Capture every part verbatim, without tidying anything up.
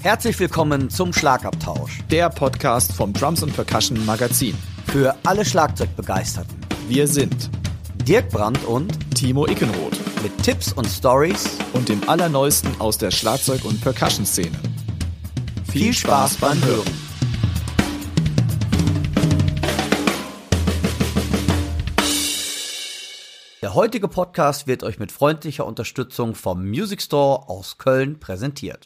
Herzlich willkommen zum Schlagabtausch. Der Podcast vom Drums and Percussion Magazin. Für alle Schlagzeugbegeisterten. Wir sind Dirk Brandt und Timo Ickenroth. Mit Tipps und Stories und dem Allerneuesten aus der Schlagzeug- und Percussion-Szene. Viel, Viel Spaß beim Hören. Der heutige Podcast wird euch mit freundlicher Unterstützung vom Music Store aus Köln präsentiert.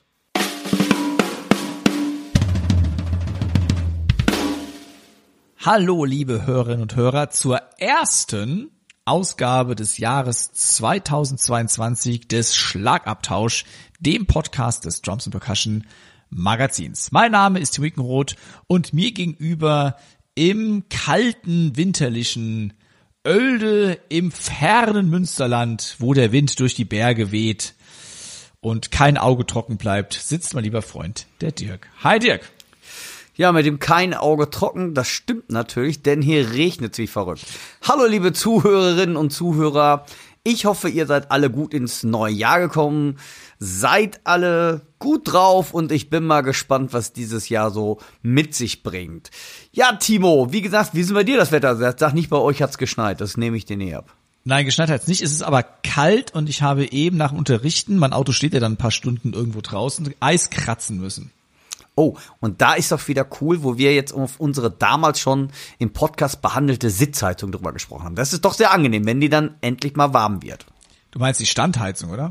Hallo, liebe Hörerinnen und Hörer, zur ersten Ausgabe des Jahres zweitausendzweiundzwanzig des Schlagabtausch, dem Podcast des Drums and Percussion Magazins. Mein Name ist Timo Ickenroth und mir gegenüber im kalten, winterlichen Oelde im fernen Münsterland, wo der Wind durch die Berge weht und kein Auge trocken bleibt, sitzt mein lieber Freund, der Dirk. Hi Dirk. Ja, mit dem kein Auge trocken, das stimmt natürlich, denn hier regnet's wie verrückt. Hallo liebe Zuhörerinnen und Zuhörer, ich hoffe, ihr seid alle gut ins neue Jahr gekommen, seid alle gut drauf und ich bin mal gespannt, was dieses Jahr so mit sich bringt. Ja, Timo, wie gesagt, wie ist denn bei dir das Wetter? Sag nicht, bei euch hat's geschneit, das nehme ich dir nie ab. Nein, geschneit hat's nicht, es ist aber kalt und ich habe eben nach dem Unterrichten, mein Auto steht ja dann ein paar Stunden irgendwo draußen, Eis kratzen müssen. Oh, und da ist doch wieder cool, wo wir jetzt auf unsere damals schon im Podcast behandelte Sitzheizung drüber gesprochen haben. Das ist doch sehr angenehm, wenn die dann endlich mal warm wird. Du meinst die Standheizung, oder?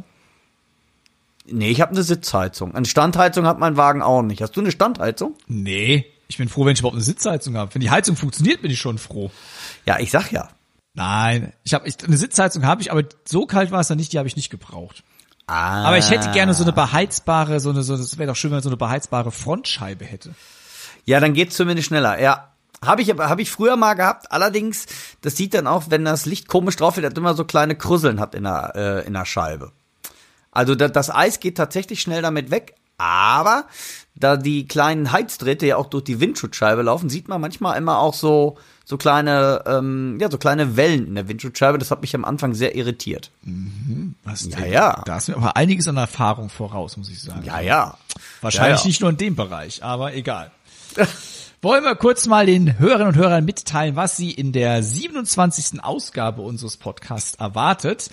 Nee, ich habe eine Sitzheizung. Eine Standheizung hat mein Wagen auch nicht. Hast du eine Standheizung? Nee, ich bin froh, wenn ich überhaupt eine Sitzheizung habe. Wenn die Heizung funktioniert, bin ich schon froh. Ja, ich sag ja. Nein, ich habe eine Sitzheizung habe ich, aber so kalt war es dann nicht, die habe ich nicht gebraucht. Ah. Aber ich hätte gerne so eine beheizbare, so eine, so, das wäre doch schön, wenn man so eine beheizbare Frontscheibe hätte. Ja, dann geht's zumindest schneller. Ja, habe ich, habe ich früher mal gehabt. Allerdings, das sieht dann auch, wenn das Licht komisch drauf wird, dass immer so kleine Krüsseln hat in der, äh, in der Scheibe. Also das, das Eis geht tatsächlich schnell damit weg. Aber da die kleinen Heizdrähte ja auch durch die Windschutzscheibe laufen, sieht man manchmal immer auch so so kleine ähm, ja so kleine Wellen in der Windschutzscheibe. Das hat mich am Anfang sehr irritiert. Mhm. Was ja, ja. Da ist mir aber einiges an Erfahrung voraus, muss ich sagen. Ja, ja. Wahrscheinlich ja, ja. nicht nur in dem Bereich, aber egal. Wollen wir kurz mal den Hörerinnen und Hörern mitteilen, was sie in der siebenundzwanzigsten Ausgabe unseres Podcasts erwartet.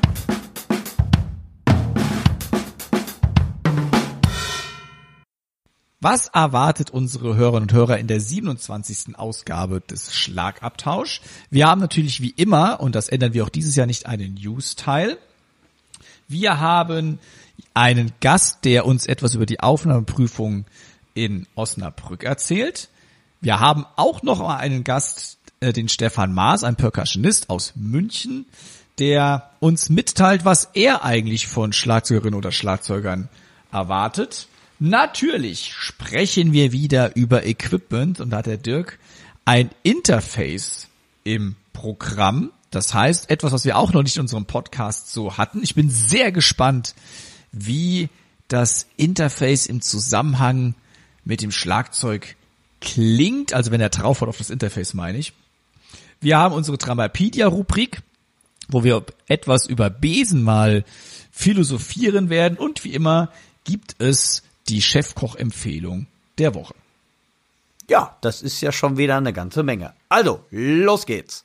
Was erwartet unsere Hörerinnen und Hörer in der siebenundzwanzigsten Ausgabe des Schlagabtausch? Wir haben natürlich wie immer, und das ändern wir auch dieses Jahr nicht, einen News-Teil. Wir haben einen Gast, der uns etwas über die Aufnahmeprüfung in Osnabrück erzählt. Wir haben auch noch mal einen Gast, äh, den Stefan Maas, ein Percussionist aus München, der uns mitteilt, was er eigentlich von Schlagzeugerinnen oder Schlagzeugern erwartet. Natürlich sprechen wir wieder über Equipment und da hat der Dirk ein Interface im Programm. Das heißt, etwas, was wir auch noch nicht in unserem Podcast so hatten. Ich bin sehr gespannt, wie das Interface im Zusammenhang mit dem Schlagzeug klingt. Also wenn er drauf hat auf das Interface, meine ich. Wir haben unsere Dramapedia-Rubrik, wo wir etwas über Besen mal philosophieren werden. Und wie immer gibt es die Chefkoch-Empfehlung der Woche. Ja, das ist ja schon wieder eine ganze Menge. Also, los geht's.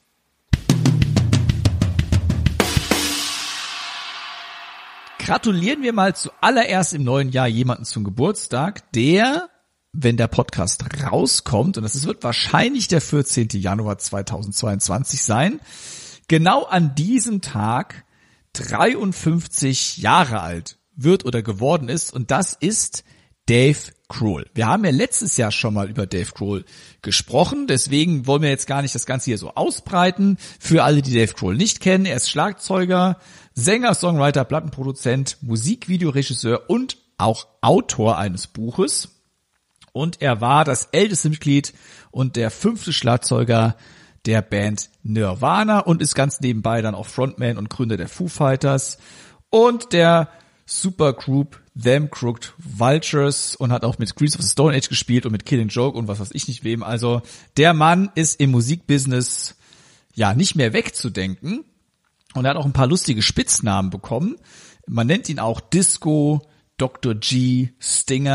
Gratulieren wir mal zuallererst im neuen Jahr jemanden zum Geburtstag, der, wenn der Podcast rauskommt, und das wird wahrscheinlich der vierzehnten Januar zweitausendzweiundzwanzig sein, genau an diesem Tag dreiundfünfzig Jahre alt wird oder geworden ist, und das ist Dave Grohl. Wir haben ja letztes Jahr schon mal über Dave Grohl gesprochen, deswegen wollen wir jetzt gar nicht das Ganze hier so ausbreiten. Für alle, die Dave Grohl nicht kennen, er ist Schlagzeuger, Sänger, Songwriter, Plattenproduzent, Musikvideoregisseur und auch Autor eines Buches. Und er war das älteste Mitglied und der fünfte Schlagzeuger der Band Nirvana und ist ganz nebenbei dann auch Frontman und Gründer der Foo Fighters und der Supergroup Them Crooked Vultures und hat auch mit Queens of the Stone Age gespielt und mit Killing Joke und was weiß ich nicht wem. Also der Mann ist im Musikbusiness ja nicht mehr wegzudenken und er hat auch ein paar lustige Spitznamen bekommen. Man nennt ihn auch Disco, Doktor G, Stinger, The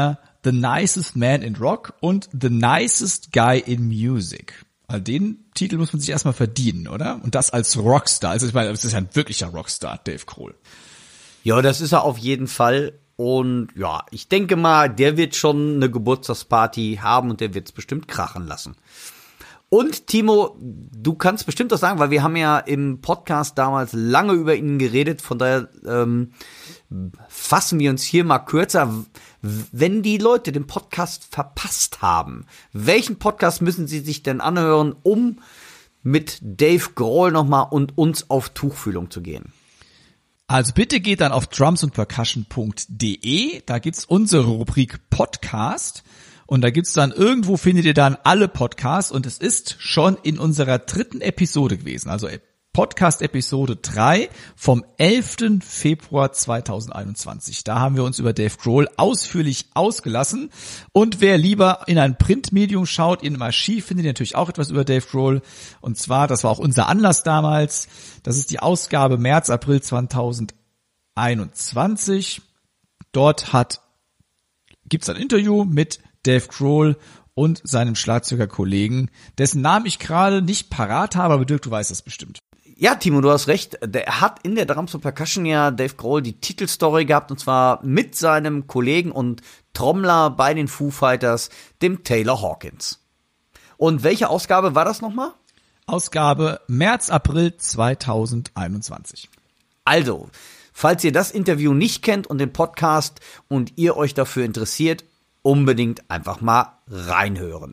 The Nicest Man in Rock und The Nicest Guy in Music. Also den Titel muss man sich erstmal verdienen, oder? Und das als Rockstar. Also ich meine, das ist ja ein wirklicher Rockstar, Dave Grohl. Ja, das ist er auf jeden Fall. Und ja, ich denke mal, der wird schon eine Geburtstagsparty haben und der wird es bestimmt krachen lassen. Und Timo, du kannst bestimmt das sagen, weil wir haben ja im Podcast damals lange über ihn geredet. Von daher ähm, fassen wir uns hier mal kürzer. Wenn die Leute den Podcast verpasst haben, welchen Podcast müssen sie sich denn anhören, um mit Dave Grohl nochmal und uns auf Tuchfühlung zu gehen? Also bitte geht dann auf drums und percussion punkt de, da gibt's unsere Rubrik Podcast und da gibt's dann, irgendwo findet ihr dann alle Podcasts und es ist schon in unserer dritten Episode gewesen, also Podcast Episode drei vom elften Februar zweitausendeinundzwanzig. Da haben wir uns über Dave Grohl ausführlich ausgelassen. Und wer lieber in ein Printmedium schaut, in einem Archiv, findet ihr natürlich auch etwas über Dave Grohl. Und zwar, das war auch unser Anlass damals, das ist die Ausgabe März, April zweitausendeinundzwanzig. Dort hat gibt's ein Interview mit Dave Grohl und seinem Schlagzeugerkollegen, dessen Namen ich gerade nicht parat habe, aber Dirk, du weißt das bestimmt. Ja, Timo, du hast recht. Der hat in der Drums und Percussion ja Dave Grohl die Titelstory gehabt, und zwar mit seinem Kollegen und Trommler bei den Foo Fighters, dem Taylor Hawkins. Und welche Ausgabe war das nochmal? Ausgabe März, April zweitausendeinundzwanzig. Also, falls ihr das Interview nicht kennt und den Podcast und ihr euch dafür interessiert, unbedingt einfach mal reinhören.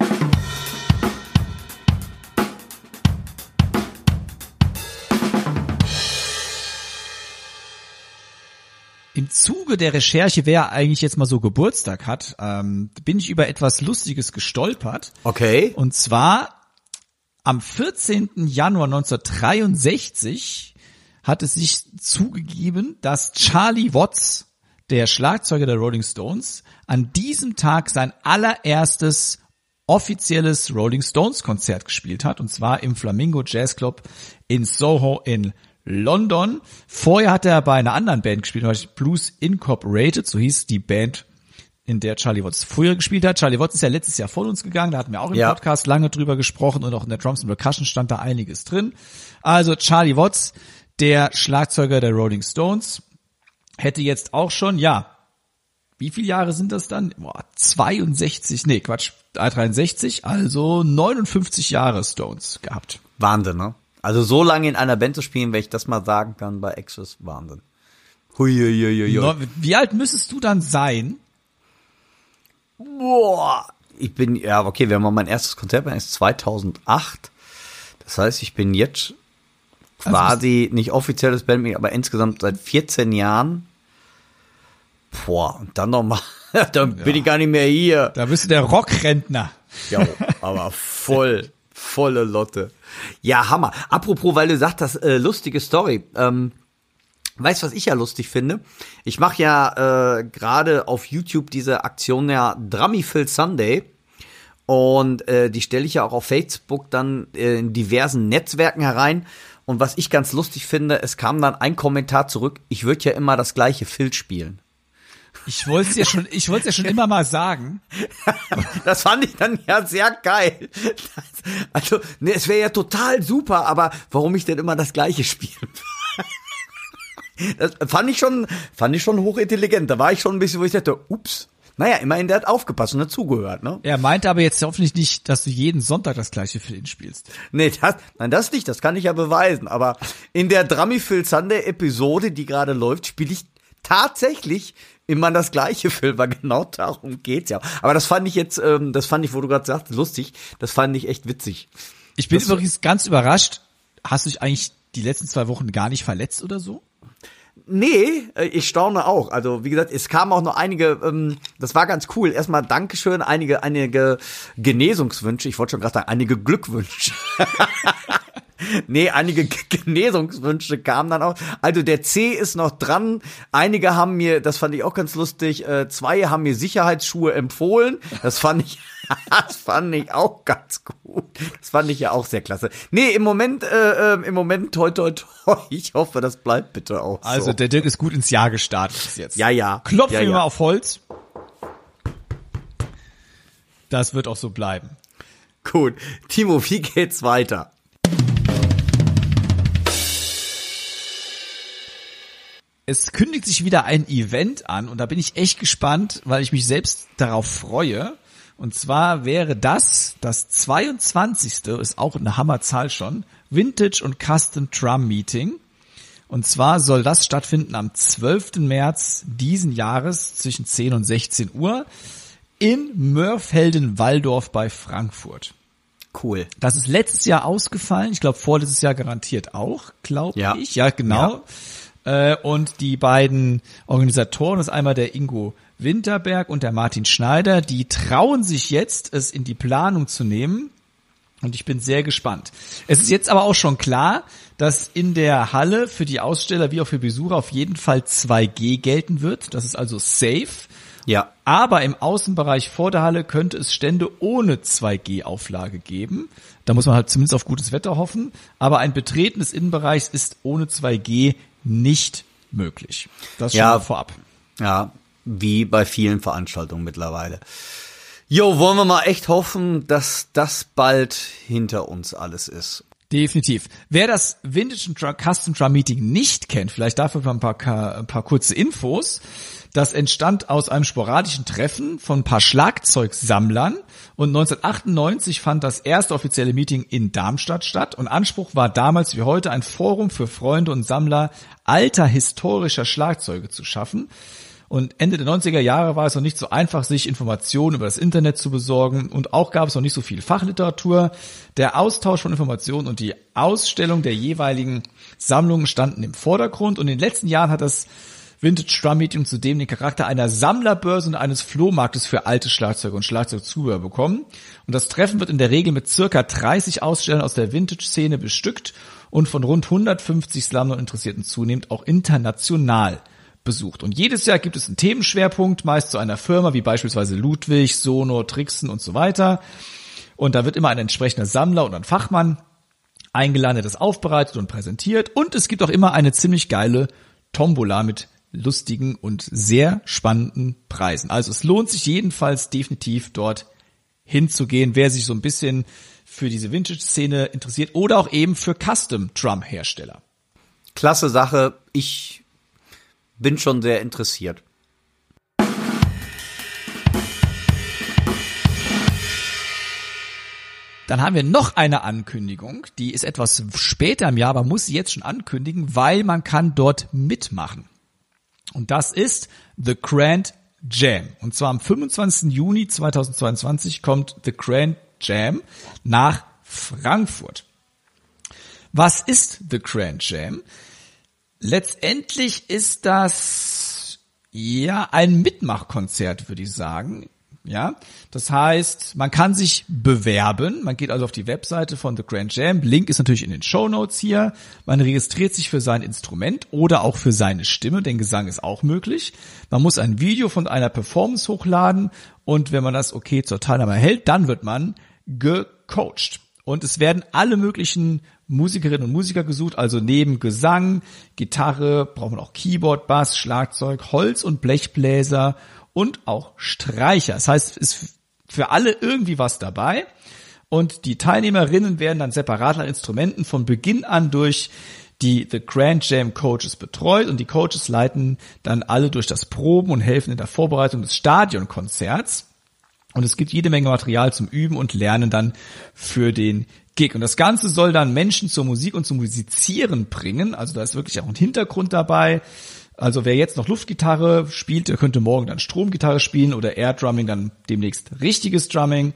Im Zuge der Recherche, wer eigentlich jetzt mal so Geburtstag hat, ähm, bin ich über etwas Lustiges gestolpert. Okay. Und zwar am vierzehnten Januar neunzehnhundertdreiundsechzig hat es sich zugegeben, dass Charlie Watts, der Schlagzeuger der Rolling Stones, an diesem Tag sein allererstes offizielles Rolling Stones Konzert gespielt hat, und zwar im Flamingo Jazz Club in Soho in London. Vorher hat er bei einer anderen Band gespielt, nämlich Blues Incorporated, so hieß die Band, in der Charlie Watts früher gespielt hat. Charlie Watts ist ja letztes Jahr von uns gegangen, da hatten wir auch im ja. Podcast lange drüber gesprochen und auch in der Drums and Percussion stand da einiges drin. Also Charlie Watts, der Schlagzeuger der Rolling Stones, hätte jetzt auch schon, ja, wie viele Jahre sind das dann? Boah, zweiundsechzig, nee, Quatsch, dreiundsechzig, also neunundfünfzig Jahre Stones gehabt. Wahnsinn, ne? Also so lange in einer Band zu spielen, wenn ich das mal sagen kann, bei Exodus, Wahnsinn. Huiuiuiui. Wie alt müsstest du dann sein? Boah, ich bin, ja, okay, wenn man mein erstes Konzert war, ist zweitausendacht. Das heißt, ich bin jetzt quasi also nicht offizielles Bandmitglied, aber insgesamt seit vierzehn Jahren. Boah, und dann nochmal, dann ja. bin ich gar nicht mehr hier. Da bist du der Rockrentner. Ja, aber voll, volle Lotte. Ja, Hammer. Apropos, weil du sagst, das äh, lustige Story. Ähm, weißt du, was ich ja lustig finde? Ich mache ja äh, gerade auf YouTube diese Aktion ja Drummyfill Sunday. Und äh, die stelle ich ja auch auf Facebook dann äh, in diversen Netzwerken herein. Und was ich ganz lustig finde, es kam dann ein Kommentar zurück, ich würde ja immer das gleiche Fill spielen. Ich wollte es ja schon, ich wollte es ja schon immer mal sagen. Das fand ich dann ja sehr geil. Das, also, ne, es wäre ja total super, aber warum ich denn immer das Gleiche spielen? Das fand ich schon, fand ich schon hochintelligent. Da war ich schon ein bisschen, wo ich dachte, ups. Naja, immerhin, der hat aufgepasst und dazugehört, ne? Er meinte aber jetzt hoffentlich nicht, dass du jeden Sonntag das Gleiche für ihn spielst. Nee, das, nein, das nicht, das kann ich ja beweisen. Aber in der Drummyfill Sunday Episode, die gerade läuft, spiele ich tatsächlich immer das gleiche Film, weil genau darum geht's ja. Aber das fand ich jetzt, ähm, das fand ich, wo du gerade sagst, lustig, das fand ich echt witzig. Ich bin das, übrigens ganz überrascht. Hast du dich eigentlich die letzten zwei Wochen gar nicht verletzt oder so? Nee, ich staune auch. Also wie gesagt, es kamen auch noch einige, ähm, das war ganz cool. Erstmal Dankeschön, einige, einige Genesungswünsche. Ich wollte schon gerade sagen, einige Glückwünsche. Nee, einige Genesungswünsche kamen dann auch. Also der C ist noch dran. Einige haben mir, das fand ich auch ganz lustig, äh, zwei haben mir Sicherheitsschuhe empfohlen. Das fand ich, das fand ich auch ganz gut. Das fand ich ja auch sehr klasse. Nee, im Moment, äh, äh, im Moment, toi, toi, toi. Ich hoffe, das bleibt bitte auch so. Also der Dirk ist gut ins Jahr gestartet bis jetzt. Ja, ja. Klopfen ja, wir ja. mal auf Holz. Das wird auch so bleiben. Gut. Timo, wie geht's weiter? Es kündigt sich wieder ein Event an und da bin ich echt gespannt, weil ich mich selbst darauf freue. Und zwar wäre das, das zweiundzwanzigste, ist auch eine Hammerzahl schon, Vintage und Custom Drum Meeting. Und zwar soll das stattfinden am zwölften März diesen Jahres zwischen zehn und sechzehn Uhr in Mörfelden-Walldorf bei Frankfurt. Cool. Das ist letztes Jahr ausgefallen. Ich glaube, vorletztes Jahr garantiert auch, glaube ja. ich. Ja, genau. Ja. Und die beiden Organisatoren, das ist einmal der Ingo Winterberg und der Martin Schneider, die trauen sich jetzt, es in die Planung zu nehmen. Und ich bin sehr gespannt. Es ist jetzt aber auch schon klar, dass in der Halle für die Aussteller wie auch für Besucher auf jeden Fall zwei G gelten wird. Das ist also safe. Ja. Aber im Außenbereich vor der Halle könnte es Stände ohne zwei G Auflage geben. Da muss man halt zumindest auf gutes Wetter hoffen. Aber ein Betreten des Innenbereichs ist ohne zwei G nicht möglich. Das schon ja, mal vorab. Ja, wie bei vielen Veranstaltungen mittlerweile. Jo, wollen wir mal echt hoffen, dass das bald hinter uns alles ist. Definitiv. Wer das Vintage und Custom Drum Meeting nicht kennt, vielleicht dafür ein paar, ein paar kurze Infos. Das entstand aus einem sporadischen Treffen von ein paar Schlagzeugsammlern und neunzehnhundertachtundneunzig fand das erste offizielle Meeting in Darmstadt statt und Anspruch war damals wie heute ein Forum für Freunde und Sammler alter historischer Schlagzeuge zu schaffen. Und Ende der neunziger Jahre war es noch nicht so einfach, sich Informationen über das Internet zu besorgen und auch gab es noch nicht so viel Fachliteratur. Der Austausch von Informationen und die Ausstellung der jeweiligen Sammlungen standen im Vordergrund und in den letzten Jahren hat das Vintage Drum Meeting zudem den Charakter einer Sammlerbörse und eines Flohmarktes für alte Schlagzeuge und Schlagzeugzubehör bekommen. Und das Treffen wird in der Regel mit circa dreißig Ausstellern aus der Vintage-Szene bestückt und von rund hundertfünfzig Sammlern und Interessierten zunehmend auch international besucht. Und jedes Jahr gibt es einen Themenschwerpunkt, meist zu einer Firma wie beispielsweise Ludwig, Sonor, Trixen und so weiter. Und da wird immer ein entsprechender Sammler oder ein Fachmann eingeladen, der das aufbereitet und präsentiert. Und es gibt auch immer eine ziemlich geile Tombola mit lustigen und sehr spannenden Preisen. Also es lohnt sich jedenfalls definitiv dort hinzugehen, wer sich so ein bisschen für diese Vintage-Szene interessiert oder auch eben für Custom-Drum-Hersteller. Klasse Sache. Ich bin schon sehr interessiert. Dann haben wir noch eine Ankündigung, die ist etwas später im Jahr, aber muss sie jetzt schon ankündigen, weil man kann dort mitmachen. Und das ist The Grand Jam. Und zwar am fünfundzwanzigsten Juni zweitausendzweiundzwanzig kommt The Grand Jam nach Frankfurt. Was ist The Grand Jam? Letztendlich ist das ja ein Mitmachkonzert, würde ich sagen. Ja, das heißt, man kann sich bewerben. Man geht also auf die Webseite von The Grand Jam. Link ist natürlich in den Shownotes hier. Man registriert sich für sein Instrument oder auch für seine Stimme, denn Gesang ist auch möglich. Man muss ein Video von einer Performance hochladen und wenn man das okay zur Teilnahme erhält, dann wird man gecoacht. Und es werden alle möglichen Musikerinnen und Musiker gesucht, also neben Gesang, Gitarre, braucht man auch Keyboard, Bass, Schlagzeug, Holz- und Blechbläser und auch Streicher. Das heißt, es ist für alle irgendwie was dabei. Und die Teilnehmerinnen werden dann separat an Instrumenten von Beginn an durch die The Grand Jam Coaches betreut. Und die Coaches leiten dann alle durch das Proben und helfen in der Vorbereitung des Stadionkonzerts. Und es gibt jede Menge Material zum Üben und Lernen dann für den Gig. Und das Ganze soll dann Menschen zur Musik und zum Musizieren bringen. Also da ist wirklich auch ein Hintergrund dabei. Also wer jetzt noch Luftgitarre spielt, der könnte morgen dann Stromgitarre spielen oder Airdrumming, dann demnächst richtiges Drumming.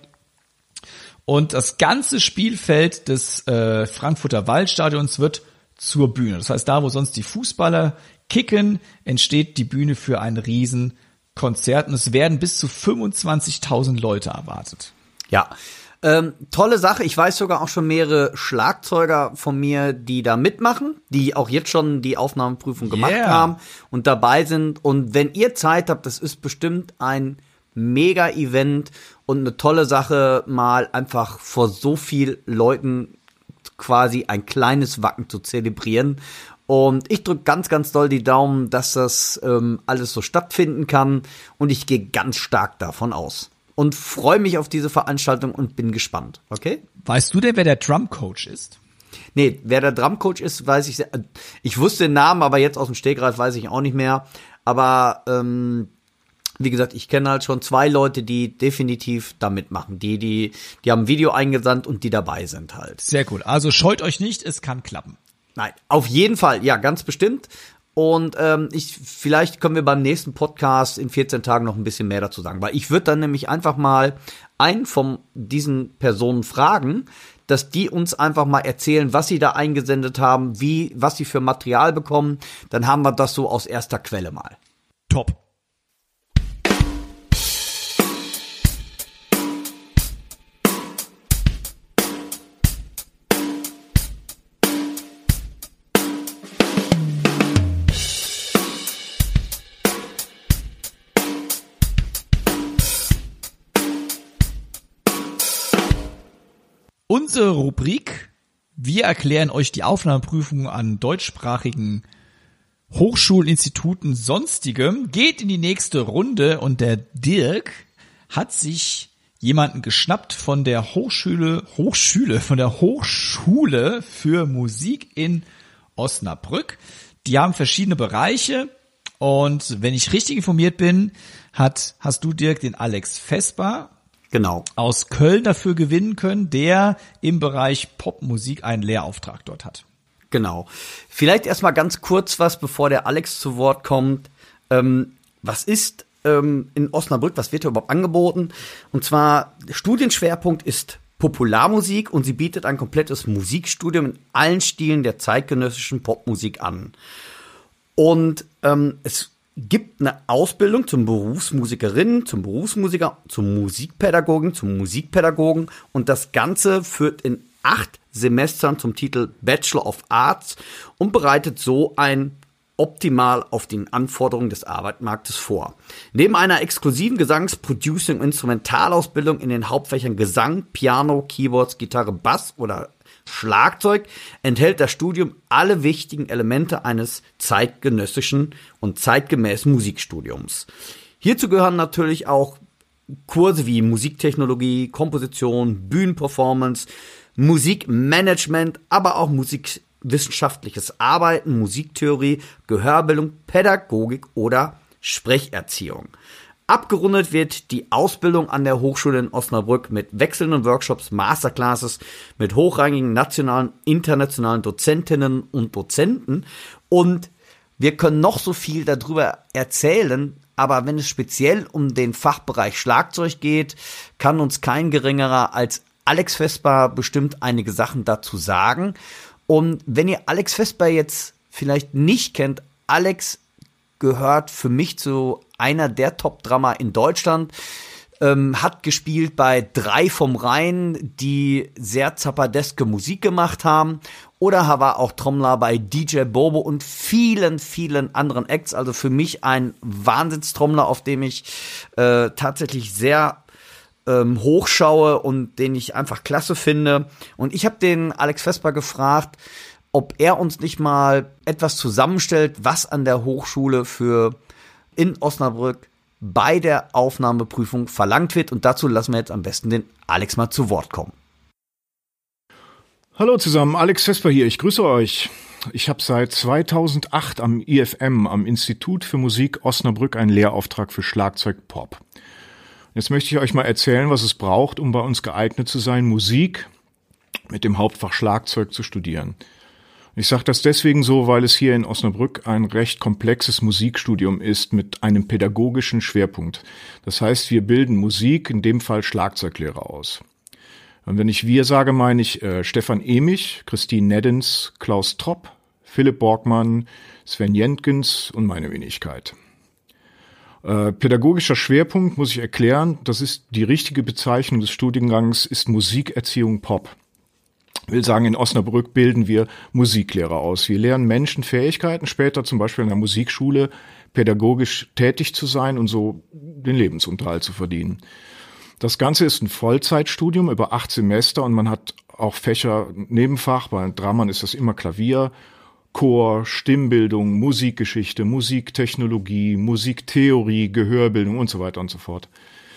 Und das ganze Spielfeld des äh, Frankfurter Waldstadions wird zur Bühne. Das heißt, da wo sonst die Fußballer kicken, entsteht die Bühne für ein Riesenkonzert. Und es werden bis zu fünfundzwanzigtausend Leute erwartet. Ja, Ähm, tolle Sache. Ich weiß sogar auch schon mehrere Schlagzeuger von mir, die da mitmachen, die auch jetzt schon die Aufnahmeprüfung gemacht Yeah. haben und dabei sind. Und wenn ihr Zeit habt, das ist bestimmt ein Mega-Event und eine tolle Sache, mal einfach vor so viel Leuten quasi ein kleines Wacken zu zelebrieren. Und ich drücke ganz, ganz doll die Daumen, dass das ähm, alles so stattfinden kann. Und ich gehe ganz stark davon aus. und freue mich auf diese Veranstaltung und bin gespannt. Okay? Weißt du denn, wer der Drumcoach ist? Nee, wer der Drumcoach ist, weiß ich sehr. Ich wusste den Namen, aber jetzt aus dem Stegreif weiß ich auch nicht mehr. Aber ähm, wie gesagt, ich kenne halt schon zwei Leute, die definitiv da mitmachen. Die, die, die haben ein Video eingesandt und die dabei sind halt. Sehr gut. Also scheut euch nicht, es kann klappen. Nein, auf jeden Fall, ja, ganz bestimmt. Und ähm, ich, vielleicht können wir beim nächsten Podcast in vierzehn Tagen noch ein bisschen mehr dazu sagen. Weil ich würde dann nämlich einfach mal einen von diesen Personen fragen, dass die uns einfach mal erzählen, was sie da eingesendet haben, wie, was sie für Material bekommen. Dann haben wir das so aus erster Quelle mal. Top. Unsere Rubrik, wir erklären euch die Aufnahmeprüfungen an deutschsprachigen Hochschulen, Instituten, sonstigem, geht in die nächste Runde und der Dirk hat sich jemanden geschnappt von der Hochschule, Hochschule, von der Hochschule für Musik in Osnabrück. Die haben verschiedene Bereiche und wenn ich richtig informiert bin, hat, hast du, Dirk, den Alex Vesper Genau. aus Köln dafür gewinnen können, der im Bereich Popmusik einen Lehrauftrag dort hat. Genau. Vielleicht erstmal ganz kurz was, bevor der Alex zu Wort kommt. Ähm, was ist ähm, in Osnabrück, was wird hier überhaupt angeboten? Und zwar, der Studienschwerpunkt ist Popularmusik und sie bietet ein komplettes Musikstudium in allen Stilen der zeitgenössischen Popmusik an. Und ähm, es gibt eine Ausbildung zum Berufsmusikerin, zum Berufsmusiker, zum Musikpädagogen, zum Musikpädagogen und das Ganze führt in acht Semestern zum Titel Bachelor of Arts und bereitet so ein optimal auf den Anforderungen des Arbeitsmarktes vor. Neben einer exklusiven Gesangs-, Producing- und Instrumentalausbildung in den Hauptfächern Gesang, Piano, Keyboards, Gitarre, Bass oder Schlagzeug enthält das Studium alle wichtigen Elemente eines zeitgenössischen und zeitgemäßen Musikstudiums. Hierzu gehören natürlich auch Kurse wie Musiktechnologie, Komposition, Bühnenperformance, Musikmanagement, aber auch musikwissenschaftliches Arbeiten, Musiktheorie, Gehörbildung, Pädagogik oder Sprecherziehung. Abgerundet wird die Ausbildung an der Hochschule in Osnabrück mit wechselnden Workshops, Masterclasses, mit hochrangigen nationalen, internationalen Dozentinnen und Dozenten. Und wir können noch so viel darüber erzählen, aber wenn es speziell um den Fachbereich Schlagzeug geht, kann uns kein geringerer als Alex Vesper bestimmt einige Sachen dazu sagen. Und wenn ihr Alex Vesper jetzt vielleicht nicht kennt, Alex gehört für mich zu einer der Top-Drummer in Deutschland, ähm, hat gespielt bei Drei vom Rhein, die sehr zappadeske Musik gemacht haben, oder war auch Trommler bei D J Bobo und vielen, vielen anderen Acts. Also für mich ein Wahnsinnstrommler, auf dem ich äh, tatsächlich sehr ähm, hochschaue und den ich einfach klasse finde. Und ich habe den Alex Vesper gefragt, ob er uns nicht mal etwas zusammenstellt, was an der Hochschule für in Osnabrück bei der Aufnahmeprüfung verlangt wird. Und dazu lassen wir jetzt am besten den Alex mal zu Wort kommen. Hallo zusammen, Alex Vesper hier, ich grüße euch. Ich habe seit zweitausendacht am I F M, am Institut für Musik Osnabrück, einen Lehrauftrag für Schlagzeug Pop. Jetzt möchte ich euch mal erzählen, was es braucht, um bei uns geeignet zu sein, Musik mit dem Hauptfach Schlagzeug zu studieren. Ich sage das deswegen so, weil es hier in Osnabrück ein recht komplexes Musikstudium ist mit einem pädagogischen Schwerpunkt. Das heißt, wir bilden Musik, in dem Fall Schlagzeuglehrer aus. Und wenn ich wir sage, meine ich äh, Stefan Emich, Christine Neddens, Klaus Tropp, Philipp Borgmann, Sven Jentgens und meine Wenigkeit. Äh, pädagogischer Schwerpunkt, muss ich erklären, das ist die richtige Bezeichnung des Studiengangs, ist Musikerziehung Pop. Ich will sagen, in Osnabrück bilden wir Musiklehrer aus. Wir lernen Menschen Fähigkeiten, später zum Beispiel in der Musikschule pädagogisch tätig zu sein und so den Lebensunterhalt zu verdienen. Das Ganze ist ein Vollzeitstudium über acht Semester und man hat auch Fächer Nebenfach. Bei Drummern ist das immer Klavier, Chor, Stimmbildung, Musikgeschichte, Musiktechnologie, Musiktheorie, Gehörbildung und so weiter und so fort.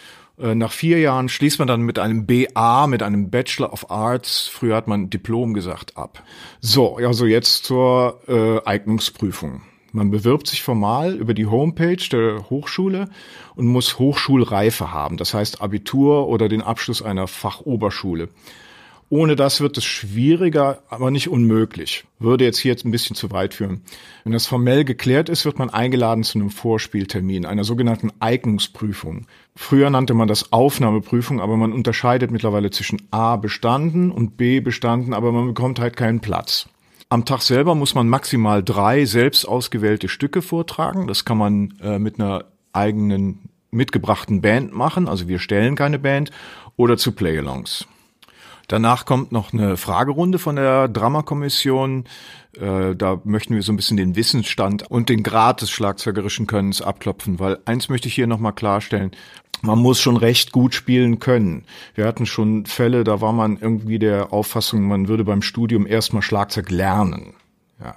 Nach vier Jahren schließt man dann mit einem B A, mit einem Bachelor of Arts, früher hat man Diplom gesagt, ab. So, also jetzt zur äh, Eignungsprüfung. Man bewirbt sich formal über die Homepage der Hochschule und muss Hochschulreife haben, das heißt Abitur oder den Abschluss einer Fachoberschule. Ohne das wird es schwieriger, aber nicht unmöglich. Würde jetzt hier jetzt ein bisschen zu weit führen. Wenn das formell geklärt ist, wird man eingeladen zu einem Vorspieltermin, einer sogenannten Eignungsprüfung. Früher nannte man das Aufnahmeprüfung, aber man unterscheidet mittlerweile zwischen A bestanden und B bestanden, aber man bekommt halt keinen Platz. Am Tag selber muss man maximal drei selbst ausgewählte Stücke vortragen. Das kann man äh, mit einer eigenen mitgebrachten Band machen, also wir stellen keine Band, oder zu Play-Alongs. Danach kommt noch eine Fragerunde von der Drama-Kommission. Äh, da möchten wir so ein bisschen den Wissensstand und den Grad des schlagzeugerischen Könnens abklopfen, weil eins möchte ich hier nochmal klarstellen. Man muss schon recht gut spielen können. Wir hatten schon Fälle, da war man irgendwie der Auffassung, man würde beim Studium erstmal Schlagzeug lernen. Ja.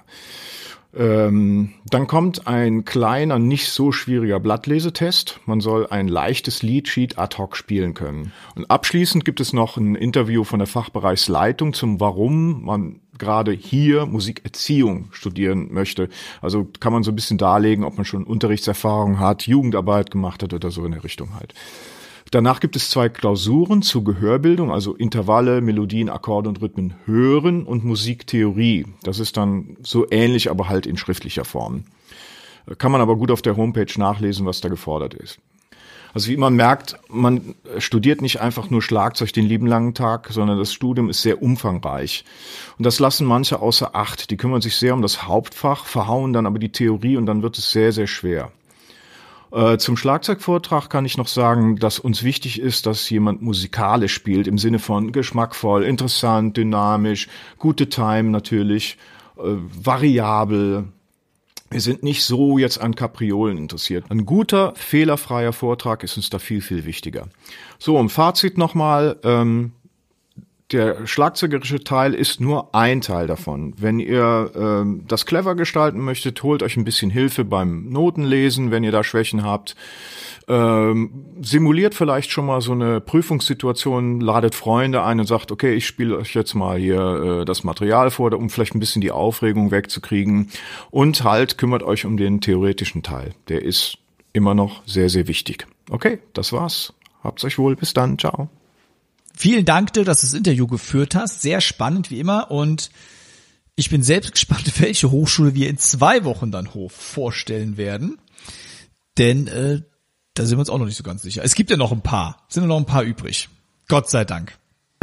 Ähm, dann kommt ein kleiner, nicht so schwieriger Blattlesetest. Man soll ein leichtes Liedsheet ad hoc spielen können. Und abschließend gibt es noch ein Interview von der Fachbereichsleitung zum Warum man gerade hier Musikerziehung studieren möchte. Also kann man so ein bisschen darlegen, ob man schon Unterrichtserfahrung hat, Jugendarbeit gemacht hat oder so in der Richtung halt. Danach gibt es zwei Klausuren zur Gehörbildung, also Intervalle, Melodien, Akkorde und Rhythmen hören und Musiktheorie. Das ist dann so ähnlich, aber halt in schriftlicher Form. Kann man aber gut auf der Homepage nachlesen, was da gefordert ist. Also wie man merkt, man studiert nicht einfach nur Schlagzeug den lieben langen Tag, sondern das Studium ist sehr umfangreich. Und das lassen manche außer Acht. Die kümmern sich sehr um das Hauptfach, verhauen dann aber die Theorie und dann wird es sehr, sehr schwer. Äh, zum Schlagzeugvortrag kann ich noch sagen, dass uns wichtig ist, dass jemand musikalisch spielt, im Sinne von geschmackvoll, interessant, dynamisch, gute Time natürlich, äh, variabel. Wir sind nicht so jetzt an Kapriolen interessiert. Ein guter, fehlerfreier Vortrag ist uns da viel, viel wichtiger. So, im Fazit nochmal, ähm, der schlagzeugerische Teil ist nur ein Teil davon. Wenn ihr ähm, das clever gestalten möchtet, holt euch ein bisschen Hilfe beim Notenlesen, wenn ihr da Schwächen habt. Ähm, simuliert vielleicht schon mal so eine Prüfungssituation, ladet Freunde ein und sagt, okay, ich spiele euch jetzt mal hier äh, das Material vor, um vielleicht ein bisschen die Aufregung wegzukriegen. Und halt kümmert euch um den theoretischen Teil. Der ist immer noch sehr, sehr wichtig. Okay, das war's. Habt's euch wohl. Bis dann. Ciao. Vielen Dank, Dirk, dass du das Interview geführt hast. Sehr spannend wie immer und ich bin selbst gespannt, welche Hochschule wir in zwei Wochen dann hoch vorstellen werden. Denn äh, da sind wir uns auch noch nicht so ganz sicher. Es gibt ja noch ein paar, es sind noch ein paar übrig. Gott sei Dank.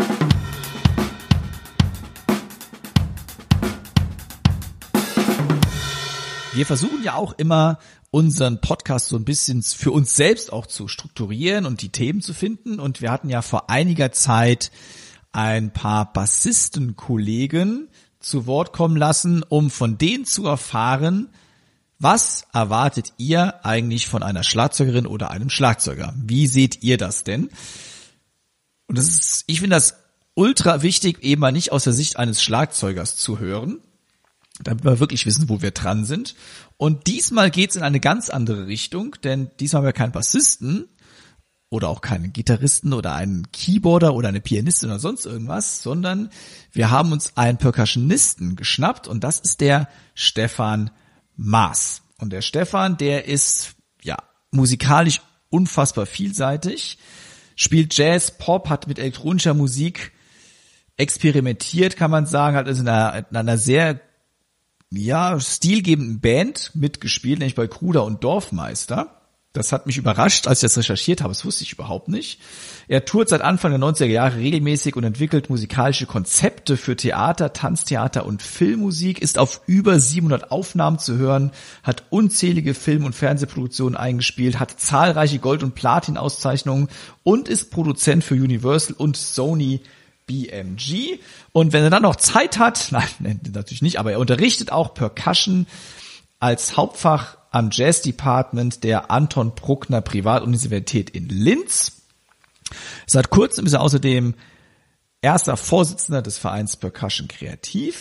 Wir versuchen ja auch immer, unseren Podcast so ein bisschen für uns selbst auch zu strukturieren und die Themen zu finden. Und wir hatten ja vor einiger Zeit ein paar Bassistenkollegen zu Wort kommen lassen, um von denen zu erfahren, was erwartet ihr eigentlich von einer Schlagzeugerin oder einem Schlagzeuger? Wie seht ihr das denn? Und das ist, ich finde das ultra wichtig, eben mal nicht aus der Sicht eines Schlagzeugers zu hören, damit wir wirklich wissen, wo wir dran sind. Und diesmal geht's in eine ganz andere Richtung, denn diesmal haben wir keinen Bassisten oder auch keinen Gitarristen oder einen Keyboarder oder eine Pianistin oder sonst irgendwas, sondern wir haben uns einen Percussionisten geschnappt und das ist der Stefan Maas. Und der Stefan, der ist ja musikalisch unfassbar vielseitig, spielt Jazz, Pop, hat mit elektronischer Musik experimentiert, kann man sagen, hat also in einer, in einer sehr ja, stilgebenden Band mitgespielt, nämlich bei Kruder und Dorfmeister. Das hat mich überrascht, als ich das recherchiert habe. Das wusste ich überhaupt nicht. Er tourt seit Anfang der neunziger Jahre regelmäßig und entwickelt musikalische Konzepte für Theater, Tanztheater und Filmmusik, ist auf über siebenhundert Aufnahmen zu hören, hat unzählige Film- und Fernsehproduktionen eingespielt, hat zahlreiche Gold- und Platin-Auszeichnungen und ist Produzent für Universal und Sony B M G. Und wenn er dann noch Zeit hat, nein, natürlich nicht, aber er unterrichtet auch Percussion als Hauptfach am Jazz Department der Anton Bruckner Privatuniversität in Linz. Seit kurzem ist er außerdem erster Vorsitzender des Vereins Percussion Kreativ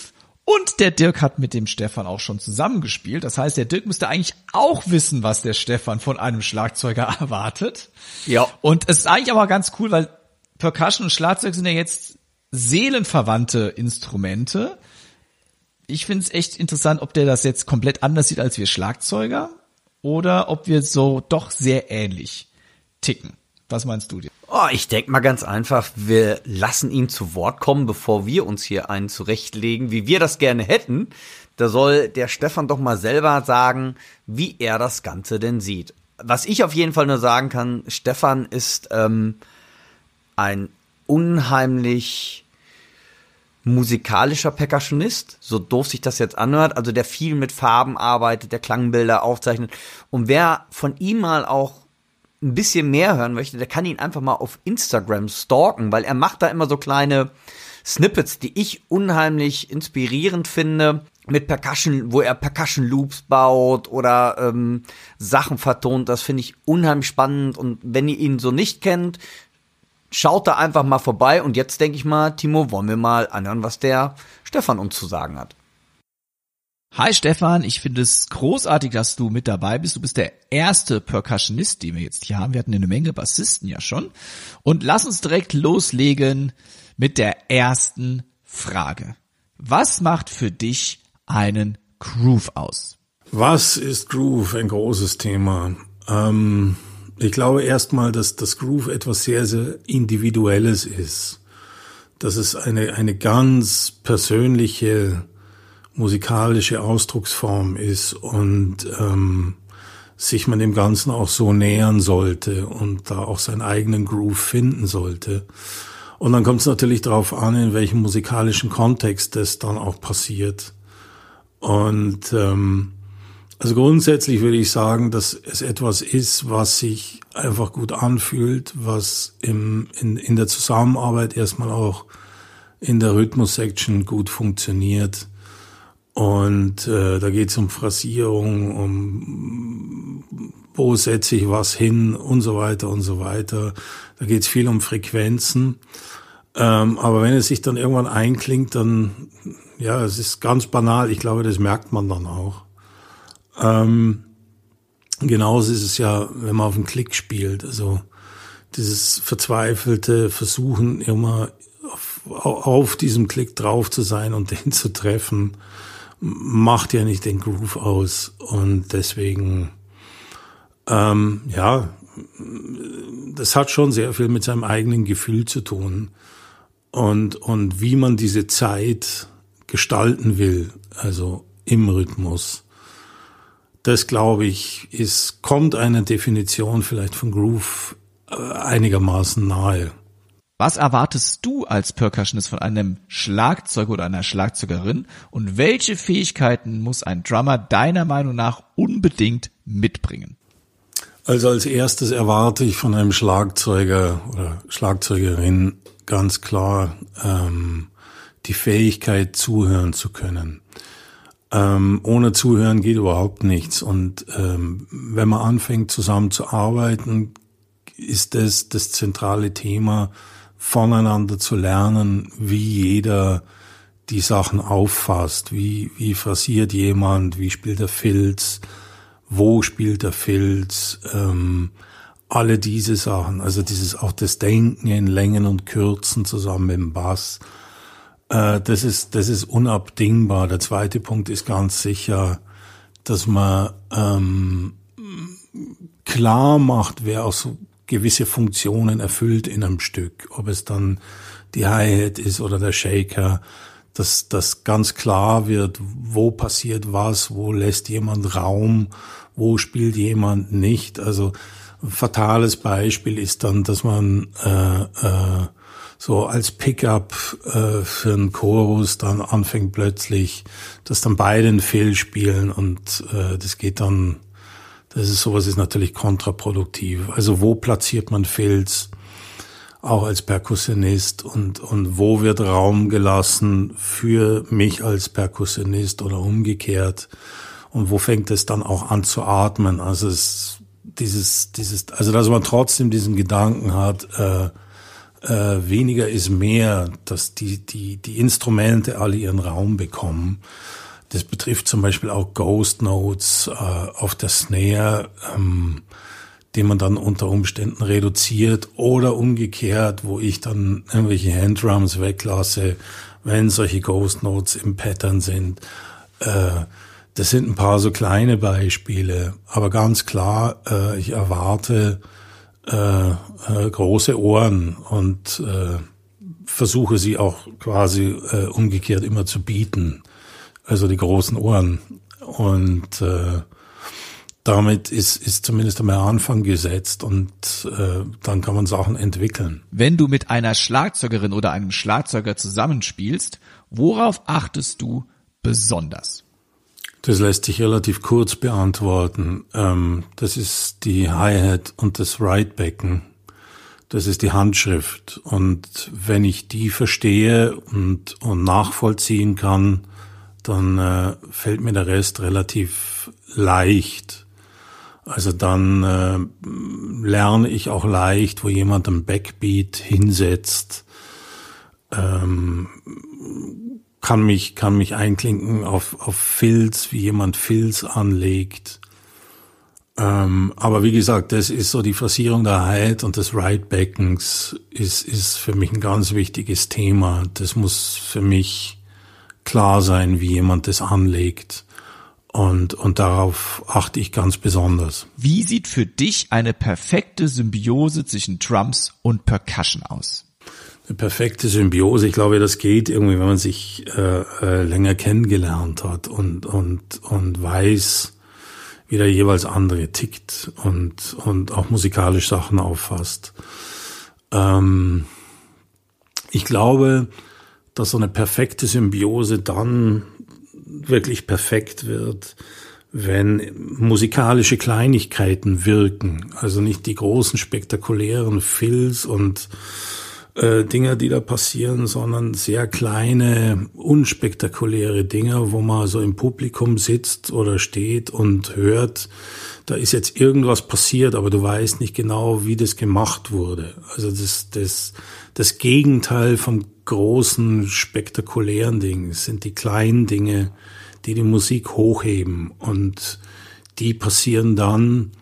Und der Dirk hat mit dem Stefan auch schon zusammengespielt. Das heißt, der Dirk müsste eigentlich auch wissen, was der Stefan von einem Schlagzeuger erwartet. Ja. Und es ist eigentlich aber ganz cool, weil Percussion und Schlagzeug sind ja jetzt seelenverwandte Instrumente. Ich finde es echt interessant, ob der das jetzt komplett anders sieht als wir Schlagzeuger oder ob wir so doch sehr ähnlich ticken. Was meinst du dir? Oh, ich denke mal ganz einfach, wir lassen ihn zu Wort kommen, bevor wir uns hier einen zurechtlegen, wie wir das gerne hätten. Da soll der Stefan doch mal selber sagen, wie er das Ganze denn sieht. Was ich auf jeden Fall nur sagen kann, Stefan ist ähm, ein unheimlich musikalischer Percussionist, so doof sich das jetzt anhört, also der viel mit Farben arbeitet, der Klangbilder aufzeichnet. Und wer von ihm mal auch ein bisschen mehr hören möchte, der kann ihn einfach mal auf Instagram stalken, weil er macht da immer so kleine Snippets, die ich unheimlich inspirierend finde, mit Percussion, wo er Percussion Loops baut oder ähm, Sachen vertont. Das finde ich unheimlich spannend. Und wenn ihr ihn so nicht kennt, schaut da einfach mal vorbei. Und jetzt denke ich mal, Timo, wollen wir mal anhören, was der Stefan uns zu sagen hat. Hi Stefan, ich finde es großartig, dass du mit dabei bist. Du bist der erste Percussionist, den wir jetzt hier haben. Wir hatten eine Menge Bassisten ja schon. Und lass uns direkt loslegen mit der ersten Frage. Was macht für dich einen Groove aus? Was ist Groove? Ein großes Thema. Ähm, ich glaube erstmal, dass das Groove etwas sehr, sehr Individuelles ist. Dass es eine, eine ganz persönliche musikalische Ausdrucksform ist und ähm, sich man dem Ganzen auch so nähern sollte und da auch seinen eigenen Groove finden sollte. Und dann kommt es natürlich darauf an, in welchem musikalischen Kontext das dann auch passiert. Und ähm, also grundsätzlich würde ich sagen, dass es etwas ist, was sich einfach gut anfühlt, was im, in, in der Zusammenarbeit erstmal auch in der Rhythmus-Section gut funktioniert. Und äh, da geht es um Phrasierung, um wo setze ich was hin und so weiter und so weiter. Da geht es viel um Frequenzen. Ähm, aber wenn es sich dann irgendwann einklingt, dann, ja, es ist ganz banal. Ich glaube, das merkt man dann auch. Ähm, genauso ist es ja, wenn man auf einen Klick spielt. Also dieses verzweifelte Versuchen, immer auf, auf diesem Klick drauf zu sein und den zu treffen, macht ja nicht den Groove aus. Und deswegen, ähm, ja, das hat schon sehr viel mit seinem eigenen Gefühl zu tun. Und, und wie man diese Zeit gestalten will, also im Rhythmus. Das, glaube ich, ist, kommt einer Definition vielleicht von Groove äh, einigermaßen nahe. Was erwartest du als Percussionist von einem Schlagzeuger oder einer Schlagzeugerin und welche Fähigkeiten muss ein Drummer deiner Meinung nach unbedingt mitbringen? Also als erstes erwarte ich von einem Schlagzeuger oder Schlagzeugerin ganz klar ähm, die Fähigkeit, zuhören zu können. Ähm, ohne Zuhören geht überhaupt nichts. Und ähm, wenn man anfängt, zusammen zu arbeiten, ist das das zentrale Thema, voneinander zu lernen, wie jeder die Sachen auffasst, wie wie phrasiert jemand, wie spielt der Filz, wo spielt der Filz, ähm, alle diese Sachen, also dieses auch das Denken in Längen und Kürzen zusammen mit dem Bass, äh, das ist das ist unabdingbar. Der zweite Punkt ist ganz sicher, dass man ähm, klar macht, wer auch so gewisse Funktionen erfüllt in einem Stück, ob es dann die Hi-Hat ist oder der Shaker, dass das ganz klar wird, wo passiert was, wo lässt jemand Raum, wo spielt jemand nicht. Also ein fatales Beispiel ist dann, dass man äh, äh, so als Pickup äh, für einen Chorus dann anfängt plötzlich, dass dann beide einen Fill spielen und äh, das geht dann. Das ist sowas ist natürlich kontraproduktiv. Also wo platziert man Filz auch als Perkussionist und und wo wird Raum gelassen für mich als Perkussionist oder umgekehrt und wo fängt es dann auch an zu atmen? Also es dieses dieses also dass man trotzdem diesen Gedanken hat, äh, äh, weniger ist mehr, dass die, die, die Instrumente alle ihren Raum bekommen. Das betrifft zum Beispiel auch Ghost Notes äh, auf der Snare, ähm, die man dann unter Umständen reduziert oder umgekehrt, wo ich dann irgendwelche Handdrums weglasse, wenn solche Ghost Notes im Pattern sind. Äh, das sind ein paar so kleine Beispiele, aber ganz klar, äh, ich erwarte äh, äh, große Ohren und äh, versuche sie auch quasi äh, umgekehrt immer zu bieten. Also die großen Ohren. Und äh, damit ist, ist zumindest einmal Anfang gesetzt und äh, dann kann man Sachen entwickeln. Wenn du mit einer Schlagzeugerin oder einem Schlagzeuger zusammenspielst, worauf achtest du besonders? Das lässt sich relativ kurz beantworten. Ähm, das ist die Hi-Hat und das Ride-Becken. Das ist die Handschrift. Und wenn ich die verstehe und, und nachvollziehen kann, dann äh, fällt mir der Rest relativ leicht. Also dann äh, lerne ich auch leicht, wo jemand einen Backbeat hinsetzt, ähm, kann mich kann mich einklinken auf auf Filz, wie jemand Filz anlegt. Ähm, aber wie gesagt, das ist so die Phrasierung der Hi-Hat und des Ride-Beckens ist ist für mich ein ganz wichtiges Thema. Das muss für mich klar sein, wie jemand das anlegt. Und, und darauf achte ich ganz besonders. Wie sieht für dich eine perfekte Symbiose zwischen Drums und Percussion aus? Eine perfekte Symbiose, ich glaube, das geht irgendwie, wenn man sich äh, äh, länger kennengelernt hat und, und, und weiß, wie der jeweils andere tickt und, und auch musikalisch Sachen auffasst. Ähm, ich glaube, dass so eine perfekte Symbiose dann wirklich perfekt wird, wenn musikalische Kleinigkeiten wirken. Also nicht die großen, spektakulären Fills und äh, Dinger, die da passieren, sondern sehr kleine, unspektakuläre Dinger, wo man so im Publikum sitzt oder steht und hört, da ist jetzt irgendwas passiert, aber du weißt nicht genau, wie das gemacht wurde. Also das, das, das Gegenteil vom großen, spektakulären Ding. Es sind die kleinen Dinge, die die Musik hochheben. Und die passieren dann,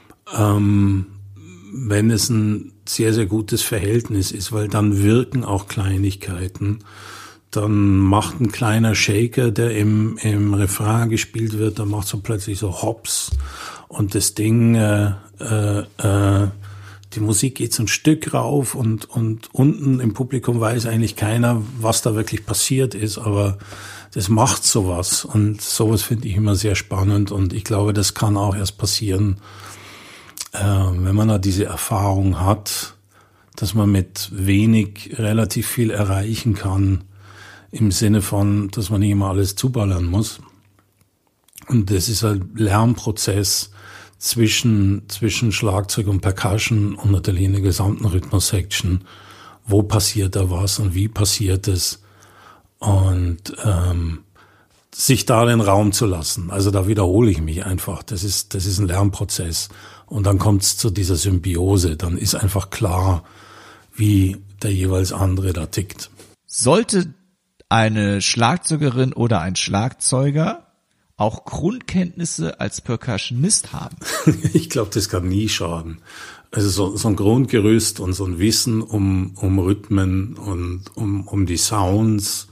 ähm, wenn es ein sehr, sehr gutes Verhältnis ist, weil dann wirken auch Kleinigkeiten. Dann macht ein kleiner Shaker, der im, im Refrain gespielt wird, dann macht so plötzlich so Hops. Und das Ding, äh, äh, äh, die Musik geht so ein Stück rauf und, und unten im Publikum weiß eigentlich keiner, was da wirklich passiert ist, aber das macht sowas und sowas finde ich immer sehr spannend und ich glaube, das kann auch erst passieren, äh, wenn man da diese Erfahrung hat, dass man mit wenig relativ viel erreichen kann, im Sinne von, dass man nicht immer alles zuballern muss. Und das ist ein Lernprozess zwischen, zwischen Schlagzeug und Percussion und natürlich in der gesamten Rhythmus-Section. Wo passiert da was und wie passiert es? Und ähm, sich da den Raum zu lassen. Also da wiederhole ich mich einfach. Das ist, das ist ein Lernprozess. Und dann kommt es zu dieser Symbiose. Dann ist einfach klar, wie der jeweils andere da tickt. Sollte eine Schlagzeugerin oder ein Schlagzeuger auch Grundkenntnisse als Percussionist haben? Ich glaube, das kann nie schaden. Also so, so ein Grundgerüst und so ein Wissen um, um Rhythmen und um, um die Sounds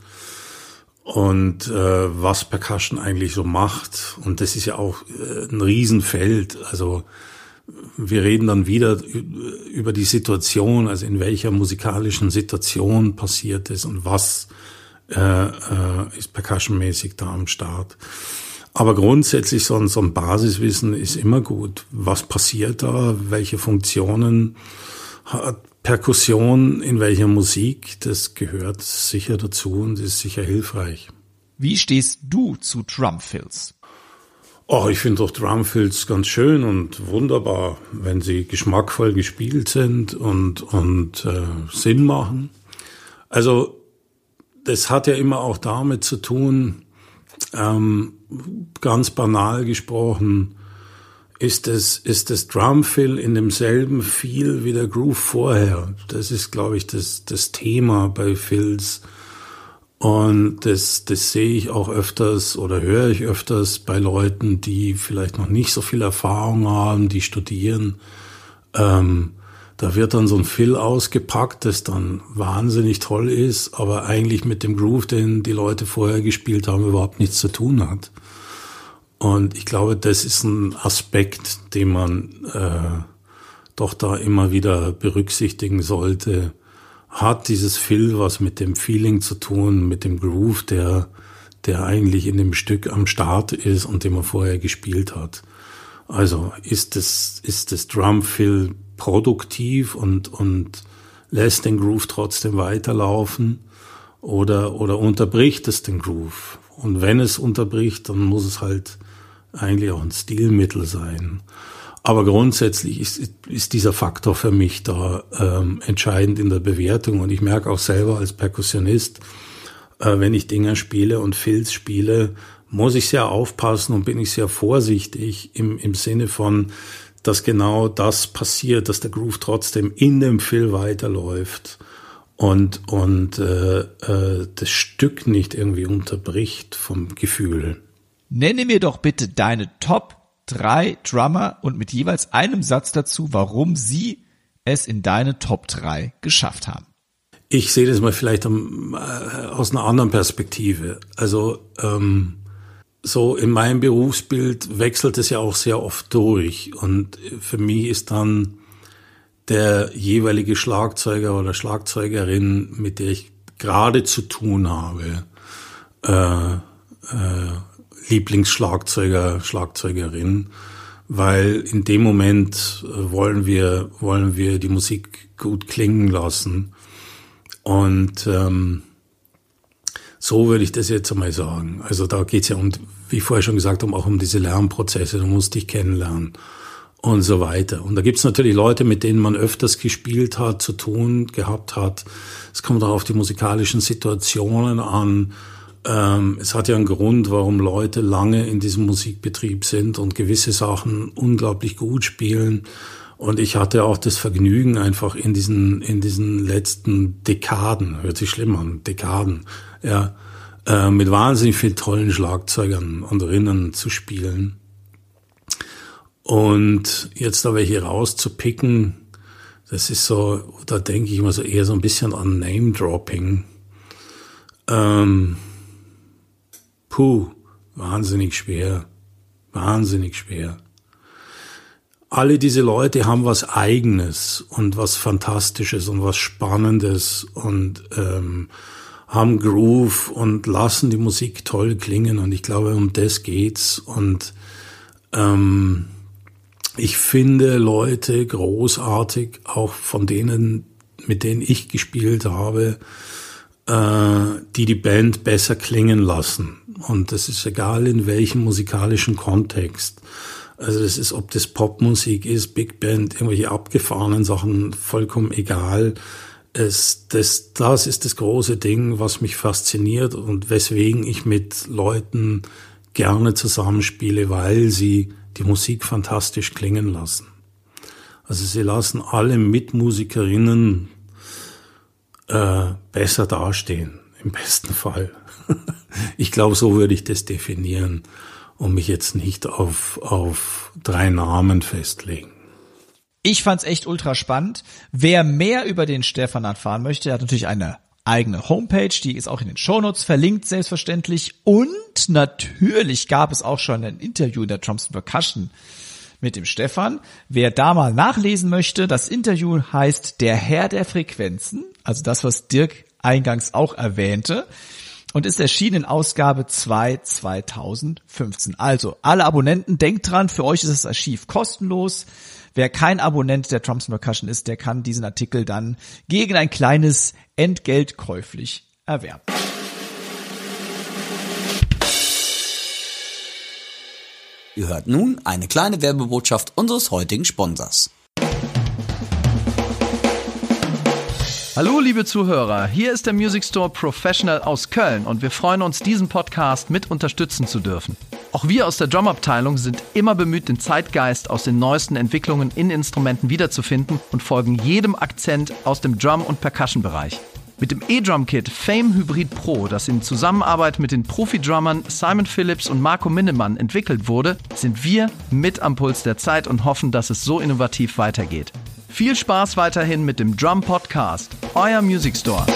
und äh, was Percussion eigentlich so macht. Und das ist ja auch äh, ein Riesenfeld. Also wir reden dann wieder über die Situation, also in welcher musikalischen Situation passiert es und was äh, äh, ist percussionmäßig da am Start. Aber grundsätzlich so ein, so ein Basiswissen ist immer gut. Was passiert da? Welche Funktionen hat Perkussion in welcher Musik? Das gehört sicher dazu und ist sicher hilfreich. Wie stehst du zu Drumfills? Oh, ich finde doch Drumfills ganz schön und wunderbar, wenn sie geschmackvoll gespielt sind und, und äh, Sinn machen. Also das hat ja immer auch damit zu tun, ähm, ganz banal gesprochen, ist es, ist das Drumfill in demselben Feel wie der Groove vorher. Das ist, glaube ich, das, das Thema bei Fills. Und das, das sehe ich auch öfters oder höre ich öfters bei Leuten, die vielleicht noch nicht so viel Erfahrung haben, die studieren. Ähm, da wird dann so ein Fill ausgepackt, das dann wahnsinnig toll ist, aber eigentlich mit dem Groove, den die Leute vorher gespielt haben, überhaupt nichts zu tun hat. Und ich glaube, das ist ein Aspekt, den man äh, doch da immer wieder berücksichtigen sollte. Hat dieses Fill was mit dem Feeling zu tun, mit dem Groove, der der eigentlich in dem Stück am Start ist und den man vorher gespielt hat. Also ist das ist das Drumfill produktiv und und lässt den Groove trotzdem weiterlaufen oder oder unterbricht es den Groove? Und wenn es unterbricht, dann muss es halt eigentlich auch ein Stilmittel sein. Aber grundsätzlich ist, ist dieser Faktor für mich da ähm, entscheidend in der Bewertung. Und ich merke auch selber als Perkussionist, äh, wenn ich Dinger spiele und Fills spiele, muss ich sehr aufpassen und bin ich sehr vorsichtig im, im Sinne von, dass genau das passiert, dass der Groove trotzdem in dem Fill weiterläuft und, und äh, äh, das Stück nicht irgendwie unterbricht vom Gefühl. Nenne mir doch bitte deine Top drei Drummer und mit jeweils einem Satz dazu, warum sie es in deine Top drei geschafft haben. Ich sehe das mal vielleicht am, äh, aus einer anderen Perspektive. Also ähm, so in meinem Berufsbild wechselt es ja auch sehr oft durch. Und für mich ist dann der jeweilige Schlagzeuger oder Schlagzeugerin, mit der ich gerade zu tun habe, äh, äh, Lieblingsschlagzeuger, Schlagzeugerin, weil in dem Moment wollen wir wollen wir die Musik gut klingen lassen und ähm, so würde ich das jetzt einmal sagen. Also da geht's ja um, wie ich vorher schon gesagt habe, auch um diese Lernprozesse. Du musst dich kennenlernen und so weiter. Und da gibt's natürlich Leute, mit denen man öfters gespielt hat, zu tun gehabt hat. Es kommt auch auf die musikalischen Situationen an. Ähm, es hat ja einen Grund, warum Leute lange in diesem Musikbetrieb sind und gewisse Sachen unglaublich gut spielen. Und ich hatte auch das Vergnügen, einfach in diesen in diesen letzten Dekaden, hört sich schlimm an, Dekaden, ja, äh, mit wahnsinnig vielen tollen Schlagzeugern und Rinnen zu spielen. Und jetzt da welche rauszupicken, das ist so, da denke ich immer so eher so ein bisschen an Name-Dropping. Ähm, Puh, wahnsinnig schwer, wahnsinnig schwer. Alle diese Leute haben was Eigenes und was Fantastisches und was Spannendes und ähm, haben Groove und lassen die Musik toll klingen und ich glaube, um das geht's. Und ähm, ich finde Leute großartig, auch von denen, mit denen ich gespielt habe, die die Band besser klingen lassen. Und das ist egal in welchem musikalischen Kontext. Also das ist, ob das Popmusik ist, Big Band, irgendwelche abgefahrenen Sachen, vollkommen egal. Es, das, das ist das große Ding, was mich fasziniert und weswegen ich mit Leuten gerne zusammenspiele, weil sie die Musik fantastisch klingen lassen. Also sie lassen alle Mitmusikerinnen Äh, besser dastehen, im besten Fall. Ich glaube, so würde ich das definieren und mich jetzt nicht auf auf drei Namen festlegen. Ich fand's echt ultra spannend. Wer mehr über den Stefan erfahren möchte, der hat natürlich eine eigene Homepage, die ist auch in den Shownotes verlinkt, selbstverständlich. Und natürlich gab es auch schon ein Interview in der Drums and Percussion mit dem Stefan. Wer da mal nachlesen möchte, das Interview heißt Der Herr der Frequenzen, also das, was Dirk eingangs auch erwähnte, und ist erschienen in Ausgabe zwei zweitausendfünfzehn. Also, alle Abonnenten, denkt dran, für euch ist das Archiv kostenlos. Wer kein Abonnent der Drums and Percussion ist, der kann diesen Artikel dann gegen ein kleines Entgelt käuflich erwerben. Ihr hört nun eine kleine Werbebotschaft unseres heutigen Sponsors. Hallo liebe Zuhörer, hier ist der Music Store Professional aus Köln und wir freuen uns, diesen Podcast mit unterstützen zu dürfen. Auch wir aus der Drum-Abteilung sind immer bemüht, den Zeitgeist aus den neuesten Entwicklungen in Instrumenten wiederzufinden und folgen jedem Akzent aus dem Drum- und Percussion-Bereich. Mit dem E-Drum-Kit Fame Hybrid Pro, das in Zusammenarbeit mit den Profi-Drummern Simon Phillips und Marco Minnemann entwickelt wurde, sind wir mit am Puls der Zeit und hoffen, dass es so innovativ weitergeht. Viel Spaß weiterhin mit dem Drum Podcast, euer Music Store.